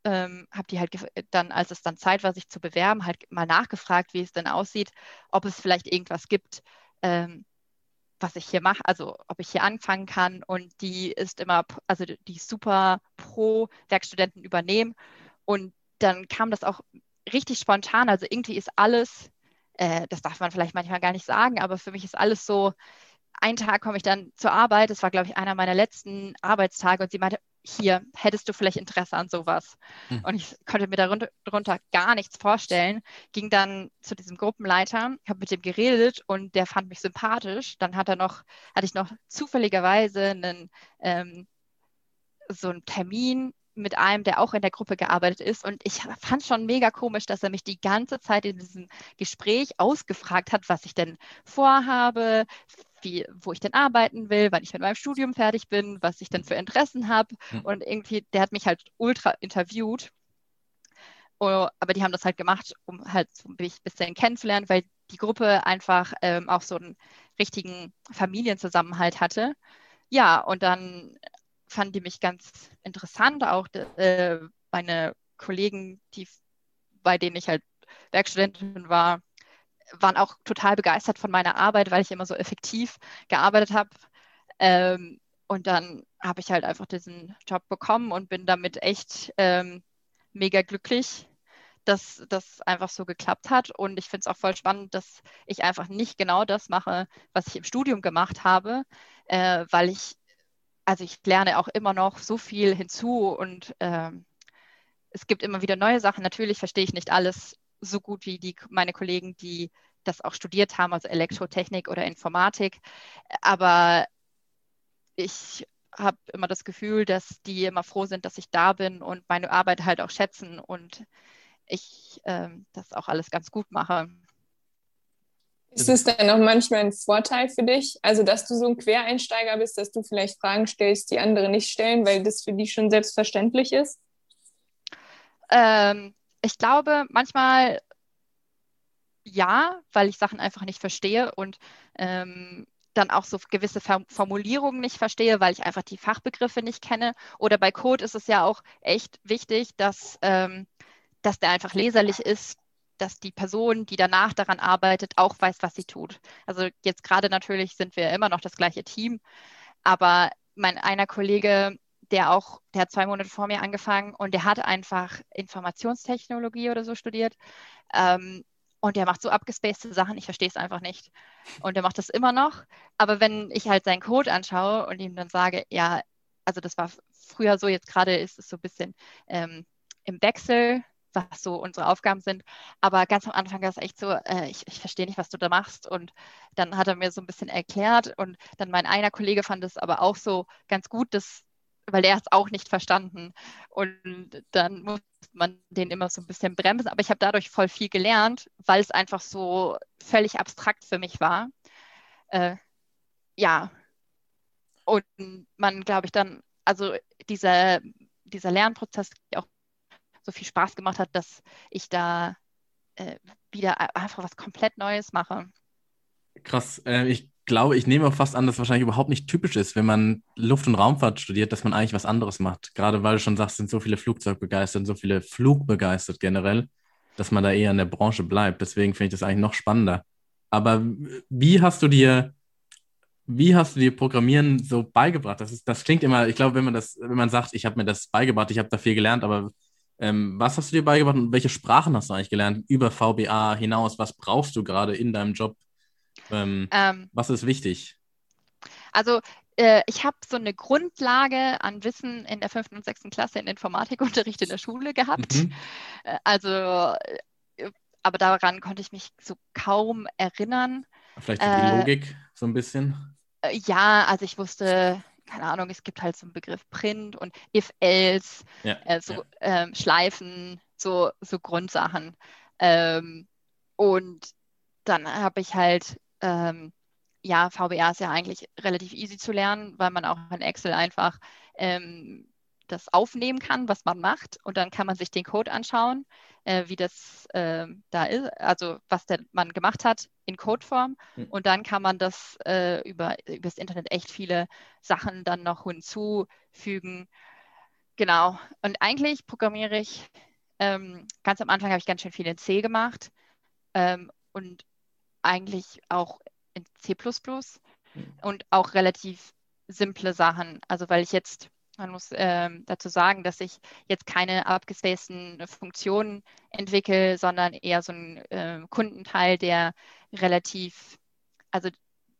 ähm, habe die halt dann, als es dann Zeit war, sich zu bewerben, halt mal nachgefragt, wie es denn aussieht, ob es vielleicht irgendwas gibt, ähm, was ich hier mache, also ob ich hier anfangen kann. Und die ist immer, also die ist super pro Werkstudenten übernehmen. Und dann kam das auch richtig spontan. Also irgendwie ist alles, äh, das darf man vielleicht manchmal gar nicht sagen, aber für mich ist alles so, einen Tag komme ich dann zur Arbeit, das war, glaube ich, einer meiner letzten Arbeitstage und sie meinte, hier, hättest du vielleicht Interesse an sowas? Hm. Und ich konnte mir darunter, darunter gar nichts vorstellen, ging dann zu diesem Gruppenleiter, habe mit dem geredet und der fand mich sympathisch. Dann hat er noch, hatte ich noch zufälligerweise einen, ähm, so einen Termin mit einem, der auch in der Gruppe gearbeitet ist. Und ich fand schon mega komisch, dass er mich die ganze Zeit in diesem Gespräch ausgefragt hat, was ich denn vorhabe, wie, wo ich denn arbeiten will, wann ich mit meinem Studium fertig bin, was ich denn für Interessen habe. Hm. Und irgendwie, der hat mich halt ultra interviewt. Oh, aber die haben das halt gemacht, um halt so mich ein bisschen kennenzulernen, weil die Gruppe einfach ähm, auch so einen richtigen Familienzusammenhalt hatte. Ja, und dann fanden die mich ganz interessant. Auch äh, meine Kollegen, die, bei denen ich halt Werkstudentin war, waren auch total begeistert von meiner Arbeit, weil ich immer so effektiv gearbeitet habe. Ähm, und dann habe ich halt einfach diesen Job bekommen und bin damit echt ähm, mega glücklich, dass das einfach so geklappt hat. Und ich finde es auch voll spannend, dass ich einfach nicht genau das mache, was ich im Studium gemacht habe, äh, weil ich, also ich lerne auch immer noch so viel hinzu und ähm, es gibt immer wieder neue Sachen. Natürlich verstehe ich nicht alles so gut wie die, meine Kollegen, die das auch studiert haben, also Elektrotechnik oder Informatik. Aber ich habe immer das Gefühl, dass die immer froh sind, dass ich da bin und meine Arbeit halt auch schätzen und ich ähm, das auch alles ganz gut mache. Ist es dann auch manchmal ein Vorteil für dich, also dass du so ein Quereinsteiger bist, dass du vielleicht Fragen stellst, die andere nicht stellen, weil das für die schon selbstverständlich ist? Ähm, ich glaube, manchmal ja, weil ich Sachen einfach nicht verstehe und ähm, dann auch so gewisse Formulierungen nicht verstehe, weil ich einfach die Fachbegriffe nicht kenne. Oder bei Code ist es ja auch echt wichtig, dass, ähm, dass der einfach leserlich ist, dass die Person, die danach daran arbeitet, auch weiß, was sie tut. Also jetzt gerade natürlich sind wir immer noch das gleiche Team, aber mein einer Kollege, der auch, der hat zwei Monate vor mir angefangen und der hat einfach Informationstechnologie oder so studiert. Ähm, und der macht so abgespacede Sachen, ich verstehe es einfach nicht. Und der macht das immer noch. Aber wenn ich halt seinen Code anschaue und ihm dann sage, ja, also das war früher so, jetzt gerade ist es so ein bisschen ähm, im Wechsel, was so unsere Aufgaben sind. Aber ganz am Anfang war es echt so, äh, ich, ich verstehe nicht, was du da machst. Und dann hat er mir so ein bisschen erklärt. Und dann mein einer Kollege fand es aber auch so ganz gut, dass, weil er es auch nicht verstanden. Und dann muss man den immer so ein bisschen bremsen. Aber ich habe dadurch voll viel gelernt, weil es einfach so völlig abstrakt für mich war. Äh, ja, und man, glaube ich, dann, also dieser, dieser Lernprozess auch so viel Spaß gemacht hat, dass ich da äh, wieder einfach was komplett Neues mache. Krass. Äh, ich glaube, ich nehme auch fast an, dass es wahrscheinlich überhaupt nicht typisch ist, wenn man Luft- und Raumfahrt studiert, dass man eigentlich was anderes macht. Gerade weil du schon sagst, sind so viele Flugzeugbegeistert, so viele Flugbegeistert generell, dass man da eher in der Branche bleibt. Deswegen finde ich das eigentlich noch spannender. Aber wie hast du dir, wie hast du dir Programmieren so beigebracht? Das ist, das klingt immer, ich glaube, wenn man das, wenn man sagt, ich habe mir das beigebracht, ich habe da viel gelernt, aber ähm, was hast du dir beigebracht und welche Sprachen hast du eigentlich gelernt über V B A hinaus? Was brauchst du gerade in deinem Job? Ähm, Ähm, was ist wichtig? also äh, ich habe so eine Grundlage an Wissen in der fünften und sechsten Klasse in Informatikunterricht in der Schule gehabt. Mhm. Äh, also, äh, aber daran konnte ich mich so kaum erinnern. Vielleicht so die Äh, Logik so ein bisschen. äh, ja, also ich wusste, keine Ahnung, es gibt halt so einen Begriff Print und If-Else, Ja, äh, ja. so ähm, Schleifen, so, so Grundsachen. Ähm, und dann habe ich halt, ähm, ja, V B A ist ja eigentlich relativ easy zu lernen, weil man auch in Excel einfach ähm, das aufnehmen kann, was man macht. Und dann kann man sich den Code anschauen, äh, wie das äh, da ist, also was der Mann gemacht hat in Codeform. Hm. Und dann kann man das äh, über, über das Internet echt viele Sachen dann noch hinzufügen. genau. Und eigentlich programmiere ich, ähm, ganz am Anfang habe ich ganz schön viel in C gemacht ähm, und eigentlich auch in C plus plus und auch relativ simple Sachen. Also weil ich jetzt, man muss ähm, dazu sagen, dass ich jetzt keine abgespaceden Funktionen entwickle, sondern eher so einen äh, Kundenteil, der relativ, also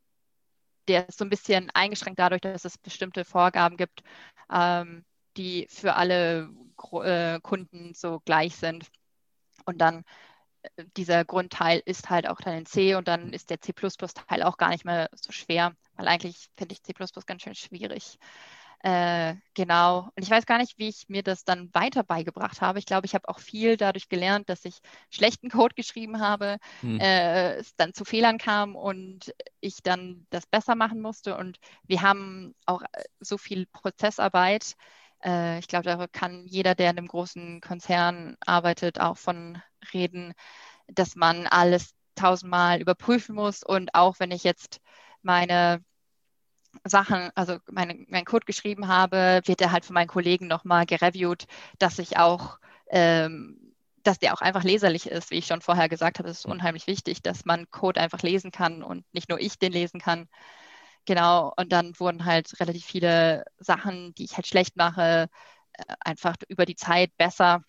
der ist so ein bisschen eingeschränkt dadurch, dass es bestimmte Vorgaben gibt, ähm, die für alle Gro- äh, Kunden so gleich sind. Und dann äh, dieser Grundteil ist halt auch dann in C und dann ist der C plus plus-Teil auch gar nicht mehr so schwer, weil eigentlich finde ich C plus plus ganz schön schwierig. Äh, genau. Und ich weiß gar nicht, wie ich mir das dann weiter beigebracht habe. Ich glaube, ich habe auch viel dadurch gelernt, dass ich schlechten Code geschrieben habe, Hm. äh, es dann zu Fehlern kam und ich dann das besser machen musste. Und wir haben auch äh, so viel Prozessarbeit. Äh, ich glaube, da kann jeder, der in einem großen Konzern arbeitet, auch von reden, dass man alles tausendmal überprüfen muss. Und auch wenn ich jetzt meine Sachen, also meine, meinen Code geschrieben habe, wird er halt von meinen Kollegen nochmal gereviewt, dass ich auch, ähm, dass der auch einfach leserlich ist, wie ich schon vorher gesagt habe. Es ist unheimlich wichtig, dass man Code einfach lesen kann und nicht nur ich den lesen kann. Genau, und dann wurden halt relativ viele Sachen, die ich halt schlecht mache, äh, einfach über die Zeit besser.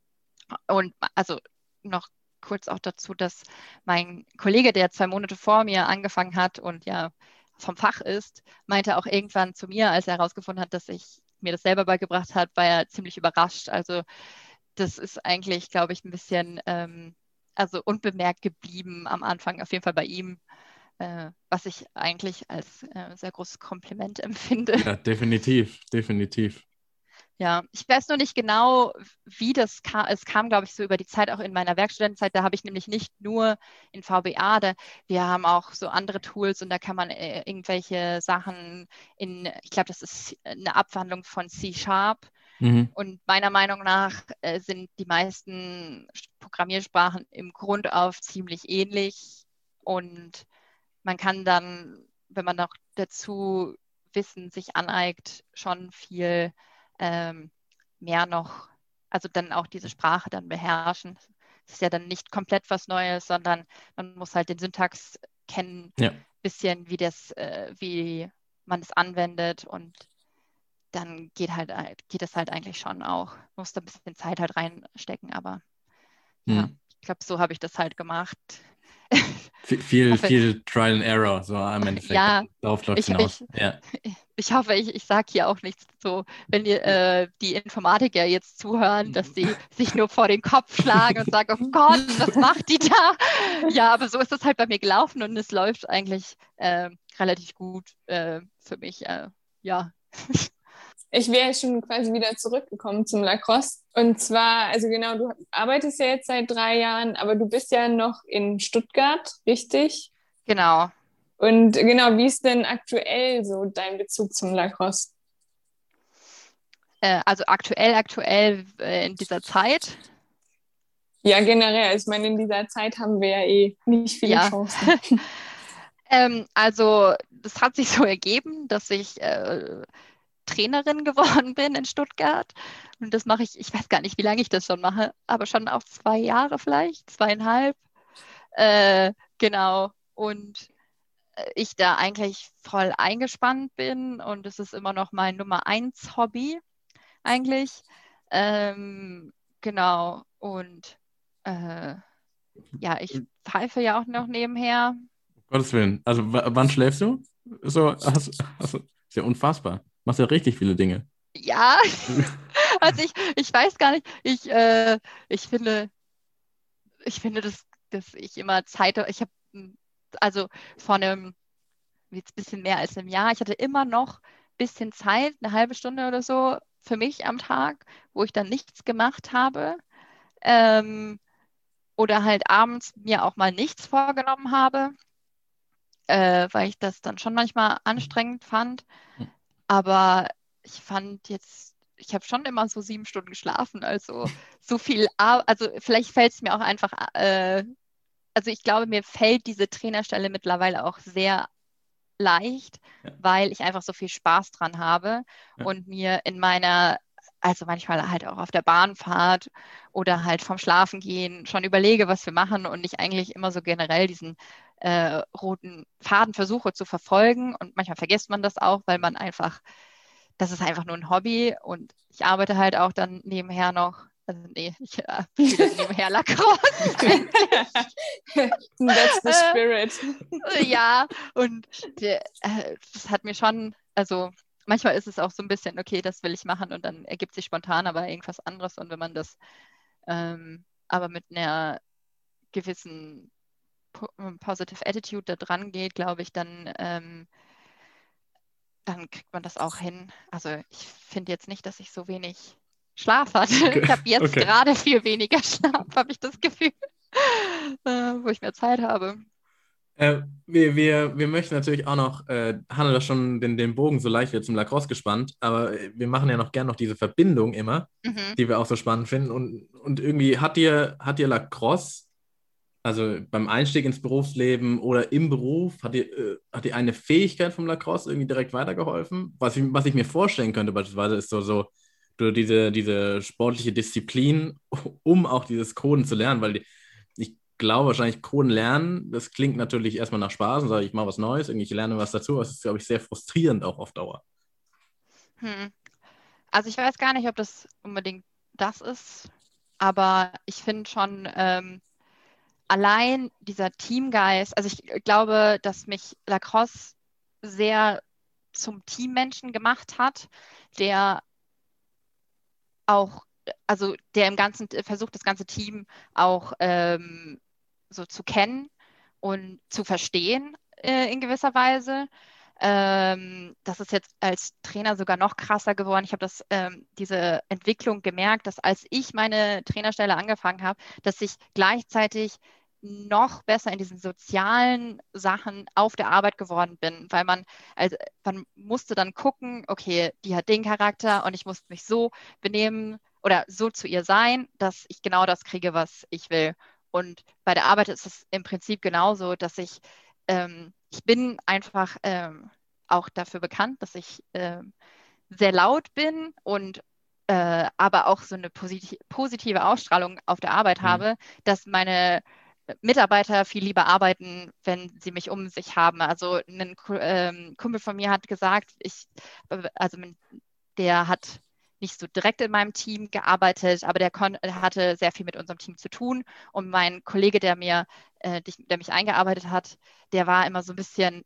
Und also noch kurz auch dazu, dass mein Kollege, der zwei Monate vor mir angefangen hat und ja vom Fach ist, meinte auch irgendwann zu mir, als er herausgefunden hat, dass ich mir das selber beigebracht habe, war er ziemlich überrascht. Also das ist eigentlich, glaube ich, ein bisschen ähm, also unbemerkt geblieben am Anfang, auf jeden Fall bei ihm, äh, was ich eigentlich als äh, sehr großes Kompliment empfinde. Ja, definitiv, definitiv. Ja, ich weiß nur nicht genau, wie das kam. Es kam, glaube ich, so über die Zeit auch in meiner Werkstudentenzeit. Da habe ich nämlich nicht nur in V B A, da, wir haben auch so andere Tools und da kann man äh, irgendwelche Sachen in, ich glaube, das ist eine Abwandlung von C Sharp. Mhm. Und meiner Meinung nach äh, sind die meisten Programmiersprachen im Grund auf ziemlich ähnlich. Und man kann dann, wenn man noch dazu Wissen sich aneignet, schon viel ähm, mehr noch, also dann auch diese Sprache dann beherrschen. Es ist ja dann nicht komplett was Neues, sondern man muss halt den Syntax kennen, Ja. bisschen wie das, äh, wie man es anwendet und dann geht halt, geht es halt eigentlich schon auch. Muss da ein bisschen Zeit halt reinstecken, aber ja, Hm. ich glaube, so habe ich das halt gemacht. Viel, viel, hoffe, viel Trial and Error, so im Endeffekt. ja, Darauf läuft es ich, hinaus. ich, Ja. ich hoffe, ich, ich sage hier auch nichts so, wenn ihr, äh, die Informatiker jetzt zuhören, dass sie sich nur vor den Kopf schlagen und sagen, oh Gott, was macht die da? Ja, aber so ist es halt bei mir gelaufen und es läuft eigentlich äh, relativ gut äh, für mich. Äh, ja. Ich wäre jetzt schon quasi wieder zurückgekommen zum Lacrosse. Und zwar, also genau, du arbeitest ja jetzt seit drei Jahren, aber du bist ja noch in Stuttgart, richtig? Genau. Und genau, wie ist denn aktuell so dein Bezug zum Lacrosse? Äh, also aktuell, aktuell äh, in dieser Zeit. Ja, generell. Also ich meine, in dieser Zeit haben wir ja eh nicht viele Ja. Chancen. ähm, also das hat sich so ergeben, dass ich äh, Trainerin geworden bin in Stuttgart. Und das mache ich, ich weiß gar nicht, wie lange ich das schon mache, aber schon auch zwei Jahre vielleicht, zweieinhalb. Äh, genau. Und äh, ich da eigentlich voll eingespannt bin und es ist immer noch mein Nummer eins Hobby eigentlich. Ähm, genau. Und äh, ja, ich pfeife ja auch noch nebenher. Um Gottes Willen. Also w- wann schläfst du? So, also, also, ist ja unfassbar. Machst ja richtig viele Dinge. Ja, also ich, ich weiß gar nicht, ich, äh, ich finde, ich finde, dass, dass ich immer Zeit habe. Ich habe, also vor einem, jetzt ein bisschen mehr als einem Jahr, ich hatte immer noch ein bisschen Zeit, eine halbe Stunde oder so für mich am Tag, wo ich dann nichts gemacht habe. Ähm, oder halt abends mir auch mal nichts vorgenommen habe, äh, weil ich das dann schon manchmal anstrengend fand. Aber ich fand jetzt, ich habe schon immer so sieben Stunden geschlafen, also so viel, Ar also vielleicht fällt es mir auch einfach, äh, also ich glaube, mir fällt diese Trainerstelle mittlerweile auch sehr leicht, Ja. weil ich einfach so viel Spaß dran habe Ja. und mir in meiner also manchmal halt auch auf der Bahnfahrt oder halt vom Schlafengehen schon überlege, was wir machen und ich eigentlich immer so generell diesen äh, roten Faden versuche zu verfolgen. Und manchmal vergisst man das auch, weil man einfach, das ist einfach nur ein Hobby und ich arbeite halt auch dann nebenher noch. Also nee, ich äh, spiele nebenher Lacrosse eigentlich. That's the spirit. Äh, ja, und der, äh, das hat mir schon, also manchmal ist es auch so ein bisschen, okay, das will ich machen und dann ergibt sich spontan aber irgendwas anderes. Und wenn man das ähm, aber mit einer gewissen po Positive Attitude da dran geht, glaube ich, dann, ähm, dann kriegt man das auch hin. Also ich finde jetzt nicht, dass ich so wenig Schlaf hatte. Okay. Ich habe jetzt Okay. gerade viel weniger Schlaf, habe ich das Gefühl, äh, wo ich mehr Zeit habe. Äh, wir, wir, wir möchten natürlich auch noch, äh, Hanne hat schon den, den Bogen so leicht wieder zum Lacrosse gespannt, aber wir machen ja noch gern noch diese Verbindung immer, Mhm. die wir auch so spannend finden. Und, und irgendwie hat dir, hat dir Lacrosse, also beim Einstieg ins Berufsleben oder im Beruf, hat dir, äh, hat dir eine Fähigkeit vom Lacrosse irgendwie direkt weitergeholfen? Was ich, was ich mir vorstellen könnte beispielsweise ist so, so du, diese, diese sportliche Disziplin, um auch dieses Coden zu lernen, weil die, ich glaube wahrscheinlich Coden lernen, das klingt natürlich erstmal nach Spaß und sage, ich mache was Neues, irgendwie ich lerne was dazu, aber es ist, glaube ich, sehr frustrierend auch auf Dauer. Hm. Also ich weiß gar nicht, ob das unbedingt das ist, aber ich finde schon ähm, allein dieser Teamgeist, also ich glaube, dass mich Lacrosse sehr zum Teammenschen gemacht hat, der auch, also der im Ganzen versucht, das ganze Team auch ähm, so zu kennen und zu verstehen äh, in gewisser Weise. Ähm, das ist jetzt als Trainer sogar noch krasser geworden. Ich habe das, ähm, diese Entwicklung gemerkt, dass als ich meine Trainerstelle angefangen habe, dass ich gleichzeitig noch besser in diesen sozialen Sachen auf der Arbeit geworden bin, weil man, also man musste dann gucken, okay, die hat den Charakter und ich musste mich so benehmen oder so zu ihr sein, dass ich genau das kriege, was ich will. Und bei der Arbeit ist es im Prinzip genauso, dass ich, ähm, ich bin einfach ähm, auch dafür bekannt, dass ich ähm, sehr laut bin und äh, aber auch so eine posit positive Ausstrahlung auf der Arbeit Mhm. habe, dass meine Mitarbeiter viel lieber arbeiten, wenn sie mich um sich haben. Also ein ähm, Kumpel von mir hat gesagt, ich, also der hat nicht so direkt in meinem Team gearbeitet, aber der, kon der hatte sehr viel mit unserem Team zu tun. Und mein Kollege, der mir, äh, der mich eingearbeitet hat, der war immer so ein bisschen,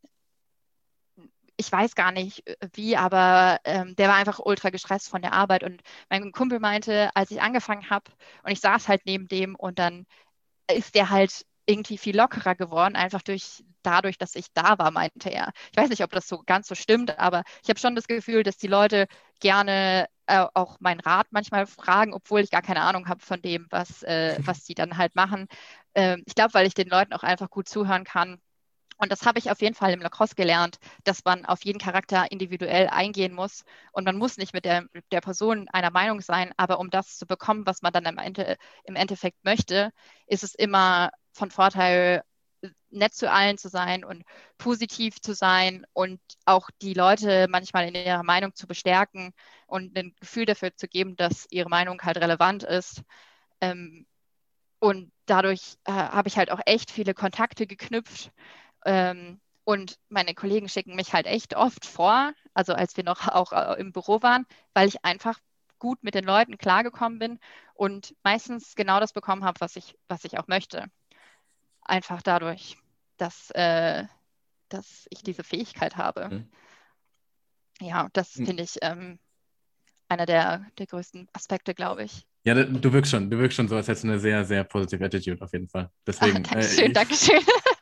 ich weiß gar nicht wie, aber ähm, der war einfach ultra gestresst von der Arbeit. Und mein Kumpel meinte, als ich angefangen habe und ich saß halt neben dem und dann ist der halt irgendwie viel lockerer geworden, einfach durch dadurch, dass ich da war, meinte er. Ich weiß nicht, ob das so ganz so stimmt, aber ich habe schon das Gefühl, dass die Leute gerne äh, auch meinen Rat manchmal fragen, obwohl ich gar keine Ahnung habe von dem, was, äh, was die dann halt machen. Ähm, ich glaube, weil ich den Leuten auch einfach gut zuhören kann. Und das habe ich auf jeden Fall im Lacrosse gelernt, dass man auf jeden Charakter individuell eingehen muss. Und man muss nicht mit der, der Person einer Meinung sein, aber um das zu bekommen, was man dann im, Ende, im Endeffekt möchte, ist es immer von Vorteil, nett zu allen zu sein und positiv zu sein und auch die Leute manchmal in ihrer Meinung zu bestärken und ein Gefühl dafür zu geben, dass ihre Meinung halt relevant ist. Ähm, und dadurch äh, habe ich halt auch echt viele Kontakte geknüpft. Ähm, und meine Kollegen schicken mich halt echt oft vor, also als wir noch auch äh, im Büro waren, weil ich einfach gut mit den Leuten klargekommen bin und meistens genau das bekommen habe, was ich, was ich auch möchte. Einfach dadurch, dass, äh, dass ich diese Fähigkeit habe. Mhm. Ja, das finde ich ähm, einer der, der größten Aspekte, glaube ich. Ja, du du wirkst schon, du wirkst schon so, als hättest du eine sehr, sehr positive Attitude auf jeden Fall. Ah, Deswegen, äh, Dankeschön, ich, Dankeschön.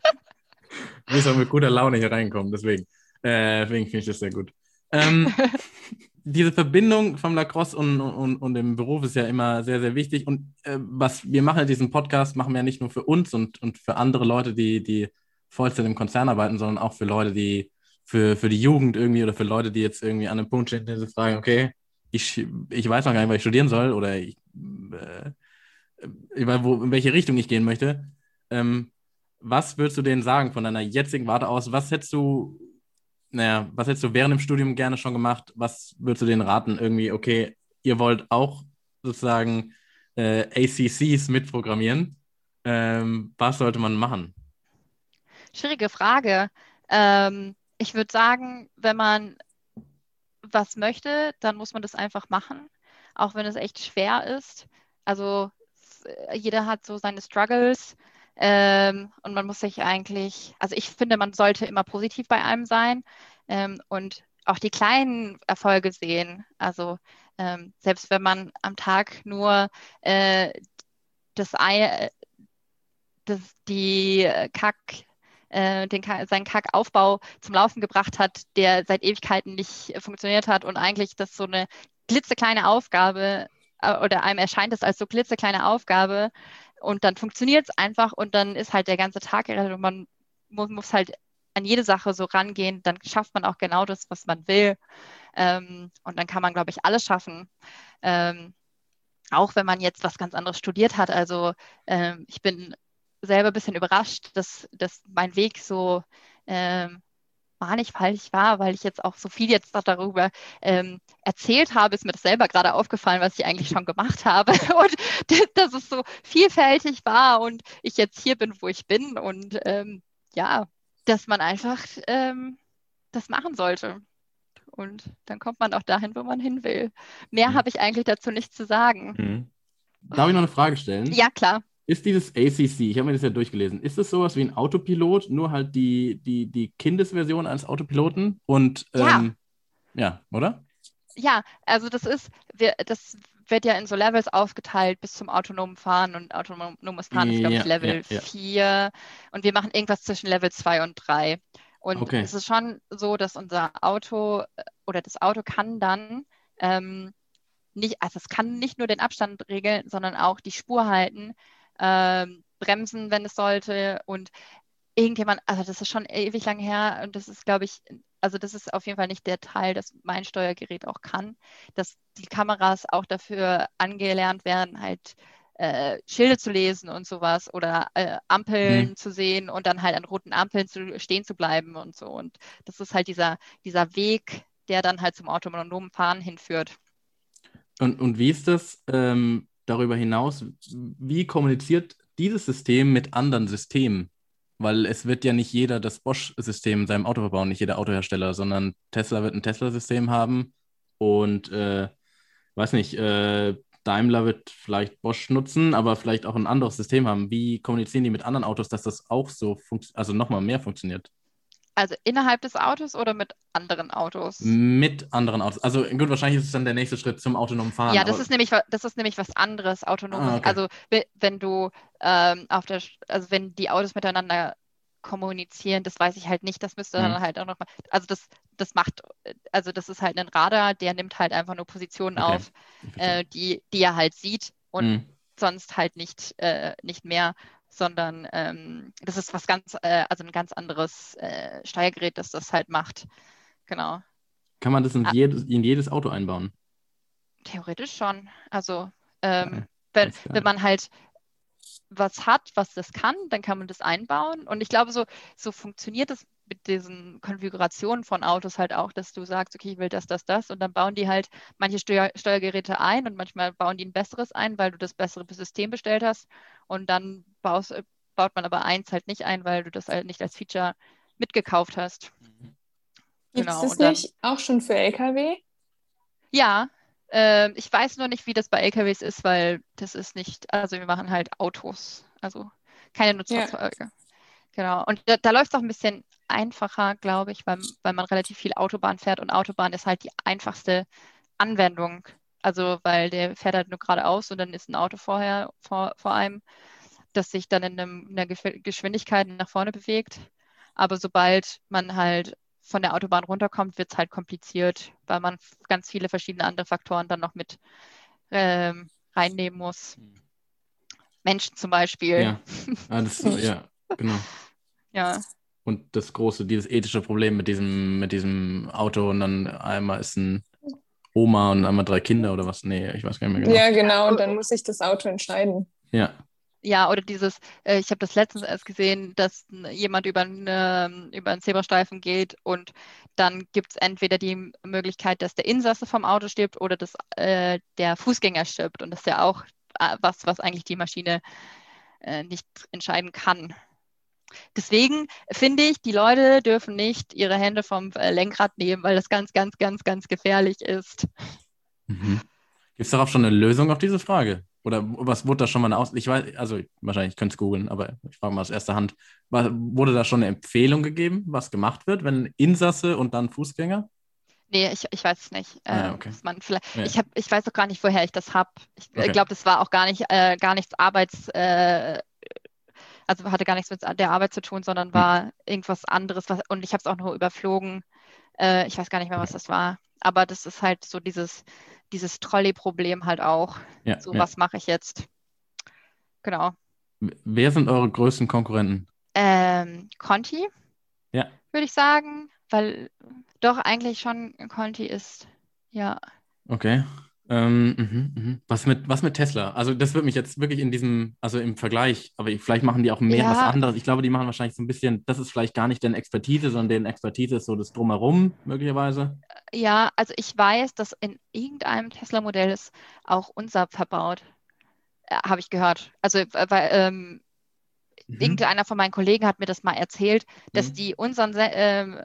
du bist auch mit guter Laune hier reingekommen, deswegen, äh, deswegen finde ich das sehr gut. Ähm, diese Verbindung vom Lacrosse und, und, und dem Beruf ist ja immer sehr, sehr wichtig. Und äh, was wir machen in diesem Podcast, machen wir ja nicht nur für uns und, und für andere Leute, die, die Vollzeit im Konzern arbeiten, sondern auch für Leute, die für, für die Jugend irgendwie oder für Leute, die jetzt irgendwie an einem Punkt stehen, die sie fragen, okay, ich, ich weiß noch gar nicht, was ich studieren soll oder ich, äh, ich weiß, wo, in welche Richtung ich gehen möchte. Ähm, was würdest du denen sagen von deiner jetzigen Warte aus? Was hättest du naja, was hättest du während dem Studium gerne schon gemacht? Was würdest du denen raten? Irgendwie, okay, ihr wollt auch sozusagen äh, A C Cs mitprogrammieren. Ähm, was sollte man machen? Schwierige Frage. Ähm, ich würde sagen, wenn man was möchte, dann muss man das einfach machen, auch wenn es echt schwer ist. Also jeder hat so seine Struggles ähm, und man muss sich eigentlich, also ich finde, man sollte immer positiv bei allem sein ähm, und auch die kleinen Erfolge sehen. Also ähm, selbst wenn man am Tag nur äh, das Ei, das, die Kack äh, den, seinen Kackaufbau zum Laufen gebracht hat, der seit Ewigkeiten nicht funktioniert hat und eigentlich das so eine klitzekleine Aufgabe äh, oder einem erscheint es als so klitzekleine Aufgabe und dann funktioniert es einfach und dann ist halt der ganze Tag gerettet und man muss, muss halt an jede Sache so rangehen, dann schafft man auch genau das, was man will ähm, und dann kann man, glaube ich, alles schaffen. Ähm, auch wenn man jetzt was ganz anderes studiert hat. Also ähm, ich bin selber ein bisschen überrascht, dass, dass mein Weg so ähm, mannigfaltig war, weil ich jetzt auch so viel jetzt noch darüber ähm, erzählt habe, ist mir das selber gerade aufgefallen, was ich eigentlich schon gemacht habe und dass es so vielfältig war und ich jetzt hier bin, wo ich bin und ähm, ja, dass man einfach ähm, das machen sollte. Und dann kommt man auch dahin, wo man hin will. Mehr Mhm. habe ich eigentlich dazu nicht zu sagen. Mhm. Darf ich noch eine Frage stellen? Ja, klar. Ist dieses A C C, ich habe mir das ja durchgelesen, ist es sowas wie ein Autopilot, nur halt die, die, die Kindesversion eines Autopiloten? Und Ja, ähm, ja, oder? ja, also das ist, wir, das wird ja in so Levels aufgeteilt bis zum autonomen Fahren und autonomes Fahren ist, glaube ich, Ja, ja, Level ja. vier und wir machen irgendwas zwischen Level zwei und drei. Und Okay. es ist schon so, dass unser Auto äh, oder das Auto kann dann ähm, nicht, also es kann nicht nur den Abstand regeln, sondern auch die Spur halten, ähm, bremsen, wenn es sollte und irgendjemand, also das ist schon ewig lang her und das ist, glaube ich, also das ist auf jeden Fall nicht der Teil, das mein Steuergerät auch kann, dass die Kameras auch dafür angelernt werden, halt äh, Schilde zu lesen und sowas oder äh, Ampeln Mhm. zu sehen und dann halt an roten Ampeln zu, stehen zu bleiben und so. Und das ist halt dieser, dieser Weg, der dann halt zum autonomen Fahren hinführt. Und, und wie ist das ähm, darüber hinaus? Wie kommuniziert dieses System mit anderen Systemen? Weil es wird ja nicht jeder das Bosch-System in seinem Auto verbauen, nicht jeder Autohersteller, sondern Tesla wird ein Tesla-System haben und äh, weiß nicht, äh, Daimler wird vielleicht Bosch nutzen, aber vielleicht auch ein anderes System haben. Wie kommunizieren die mit anderen Autos, dass das auch so funktioniert, also nochmal mehr funktioniert? Also innerhalb des Autos oder mit anderen Autos? Mit anderen Autos. Also gut, wahrscheinlich ist es dann der nächste Schritt zum autonomen Fahren, Ja, das aber. ist nämlich, wa- das ist nämlich was anderes, Ah, autonomes. okay. Also we- wenn du ähm, auf der, Sch- also wenn die Autos miteinander kommunizieren, das weiß ich halt nicht, das müsste Hm, dann halt auch nochmal, also das, das macht, äh, also das ist halt ein Radar, der nimmt halt einfach nur Positionen okay, auf, ich verstehe. äh, die, die er halt sieht und Hm. sonst halt nicht, äh, nicht mehr, sondern ähm, das ist was ganz, äh, also ein ganz anderes äh, Steuergerät, das das halt macht. Genau. Kann man das in Ah, jedes, in jedes Auto einbauen? theoretisch schon. Also ähm, Geil. wenn, Das ist wenn geil. man halt was hat, was das kann, dann kann man das einbauen. Und ich glaube, so, so funktioniert es mit diesen Konfigurationen von Autos halt auch, dass du sagst, okay, ich will das, das, das. Und dann bauen die halt manche Steuer Steuergeräte ein und manchmal bauen die ein besseres ein, weil du das bessere System bestellt hast. Und dann baust, baut man aber eins halt nicht ein, weil du das halt nicht als Feature mitgekauft hast. Gibt es Genau. das Und dann nicht auch schon für L K W? ja, ähm, ich weiß nur nicht, wie das bei L K Ws ist, weil das ist nicht, also wir machen halt Autos, also keine Ja. Nutzfahrzeuge. Genau. Und da, da läuft es auch ein bisschen einfacher, glaube ich, weil, weil man relativ viel Autobahn fährt und Autobahn ist halt die einfachste Anwendung. Also, weil der fährt halt nur geradeaus und dann ist ein Auto vorher vor, vor einem, das sich dann in, einem, in einer Gesch- Geschwindigkeit nach vorne bewegt. Aber sobald man halt von der Autobahn runterkommt, wird es halt kompliziert, weil man f- ganz viele verschiedene andere Faktoren dann noch mit ähm, reinnehmen muss. Menschen zum Beispiel. Ja. Ah, das, ja, genau. Ja, Und das große, dieses ethische Problem mit diesem, mit diesem Auto und dann einmal ist ein Oma und einmal drei Kinder oder was? Nee, ich weiß gar nicht mehr genau. Ja, genau. Und dann muss ich das Auto entscheiden. Ja. Ja, oder dieses, äh, ich habe das letztens erst gesehen, dass n- jemand über, einen, über einen Zebrastreifen geht und dann gibt es entweder die Möglichkeit, dass der Insasse vom Auto stirbt oder dass äh, der Fußgänger stirbt. Und das ist ja auch äh, was, was eigentlich die Maschine äh, nicht entscheiden kann. Deswegen finde ich, die Leute dürfen nicht ihre Hände vom äh, Lenkrad nehmen, weil das ganz, ganz, ganz, ganz gefährlich ist. Mhm. Gibt es darauf schon eine Lösung auf diese Frage? Oder was wurde da schon mal eine Aus... Ich weiß, also wahrscheinlich könnt es googeln, aber ich frage mal aus erster Hand. War, wurde da schon eine Empfehlung gegeben, was gemacht wird, wenn Insasse und dann Fußgänger? Nee, ich, ich weiß es nicht. Ah, ja, Ähm, okay. dass man vielleicht, Ja, ich, hab, ich weiß auch gar nicht, woher ich das habe. Ich äh, okay. glaube, das war auch gar nicht, äh, gar nichts Arbeits, äh, also hatte gar nichts mit der Arbeit zu tun, sondern Hm. war irgendwas anderes. Was, und ich habe es auch nur überflogen. Äh, ich weiß gar nicht mehr, was das war. Aber das ist halt so dieses, dieses Trolley-Problem halt auch. Ja, So, ja. was mache ich jetzt? Genau. Wer sind eure größten Konkurrenten? Ähm, Conti, Ja, würde ich sagen, weil doch eigentlich schon Conti ist. Ja. okay. Ähm, mhm, mhm. Was mit, was mit Tesla? Also das würde mich jetzt wirklich in diesem, also im Vergleich, aber vielleicht machen die auch mehr was Ja, anderes. Ich glaube, die machen wahrscheinlich so ein bisschen, das ist vielleicht gar nicht deren Expertise, sondern deren Expertise ist so das Drumherum möglicherweise. ja, also ich weiß, dass in irgendeinem Tesla-Modell ist auch unser verbaut, äh, habe ich gehört. Also, äh, weil ähm, Mhm. irgendeiner von meinen Kollegen hat mir das mal erzählt, dass Mhm. die unseren, Se- ähm,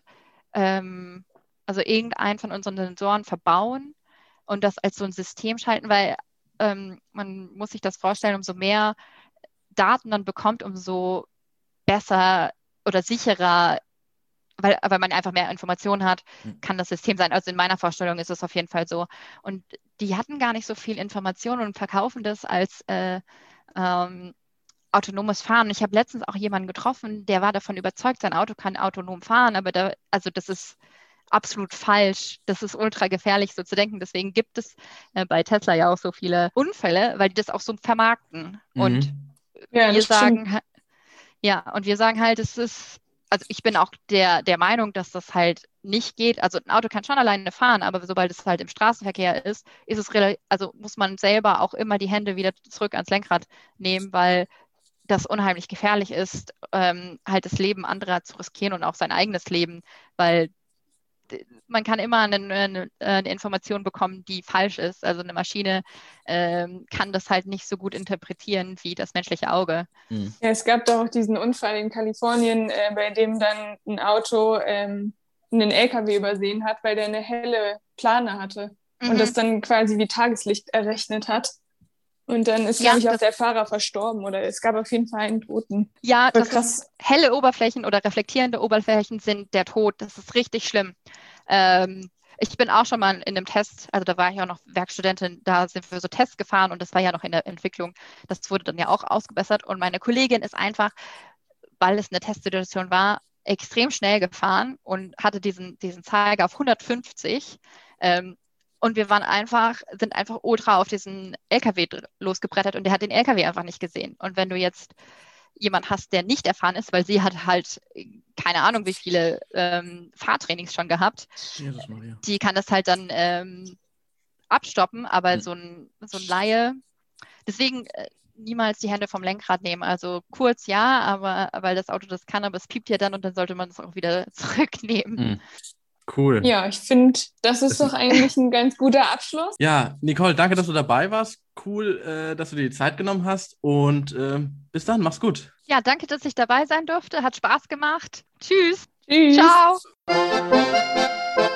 ähm, also irgendeinen von unseren Sensoren verbauen und das als so ein System schalten, weil ähm, man muss sich das vorstellen, umso mehr Daten man bekommt, umso besser oder sicherer, weil, weil man einfach mehr Informationen hat, kann das System sein. Also in meiner Vorstellung ist es auf jeden Fall so. Und die hatten gar nicht so viel Information und verkaufen das als äh, ähm, autonomes Fahren. Ich habe letztens auch jemanden getroffen, der war davon überzeugt, sein Auto kann autonom fahren, aber da, also das ist absolut falsch. Das ist ultra gefährlich, so zu denken. Deswegen gibt es äh, bei Tesla ja auch so viele Unfälle, weil die das auch so vermarkten. Und Mhm. Ja, wir das stimmt. sagen, ha- ja, und wir sagen halt, es ist, also ich bin auch der, der Meinung, dass das halt nicht geht. Also ein Auto kann schon alleine fahren, aber sobald es halt im Straßenverkehr ist, ist es rela- also muss man selber auch immer die Hände wieder zurück ans Lenkrad nehmen, weil das unheimlich gefährlich ist, ähm, halt das Leben anderer zu riskieren und auch sein eigenes Leben, weil d- man kann immer eine, eine, eine Information bekommen, die falsch ist. Also eine Maschine ähm, kann das halt nicht so gut interpretieren wie das menschliche Auge. Mhm. Ja, es gab doch auch diesen Unfall in Kalifornien, äh, bei dem dann ein Auto ähm, einen L K W übersehen hat, weil der eine helle Plane hatte und das Mhm. dann quasi wie Tageslicht errechnet hat. Und dann ist, glaube Ja, ich, auch das der Fahrer verstorben oder es gab auf jeden Fall einen Toten. Ja, Voll das ist krass. helle Oberflächen oder reflektierende Oberflächen sind der Tod. Das ist richtig schlimm. Ähm, ich bin auch schon mal in einem Test, also da war ich auch noch Werkstudentin, da sind wir so Tests gefahren und das war ja noch in der Entwicklung. Das wurde dann ja auch ausgebessert und meine Kollegin ist einfach, weil es eine Testsituation war, extrem schnell gefahren und hatte diesen, diesen Zeiger auf hundertfünfzig. Ähm, und wir waren einfach, sind einfach ultra auf diesen L K W dr- losgebrettert und der hat den L K W einfach nicht gesehen. Und wenn du jetzt jemand hast, der nicht erfahren ist, weil sie hat halt äh, keine Ahnung, wie viele ähm, Fahrtrainings schon gehabt, Jesus Maria. die kann das halt dann ähm, abstoppen, aber Mhm. so ein, so ein Laie, deswegen äh, niemals die Hände vom Lenkrad nehmen. Also kurz ja, aber weil das Auto das kann, aber es piept ja dann und dann sollte man es auch wieder zurücknehmen. Mhm. Cool. Ja, ich finde, das ist Das, doch eigentlich ein ganz guter Abschluss. ja, Nicole, danke, dass du dabei warst. Cool, äh, dass du dir die Zeit genommen hast. Und äh, bis dann, mach's gut. Ja, danke, dass ich dabei sein durfte. Hat Spaß gemacht. Tschüss. Tschüss. Ciao.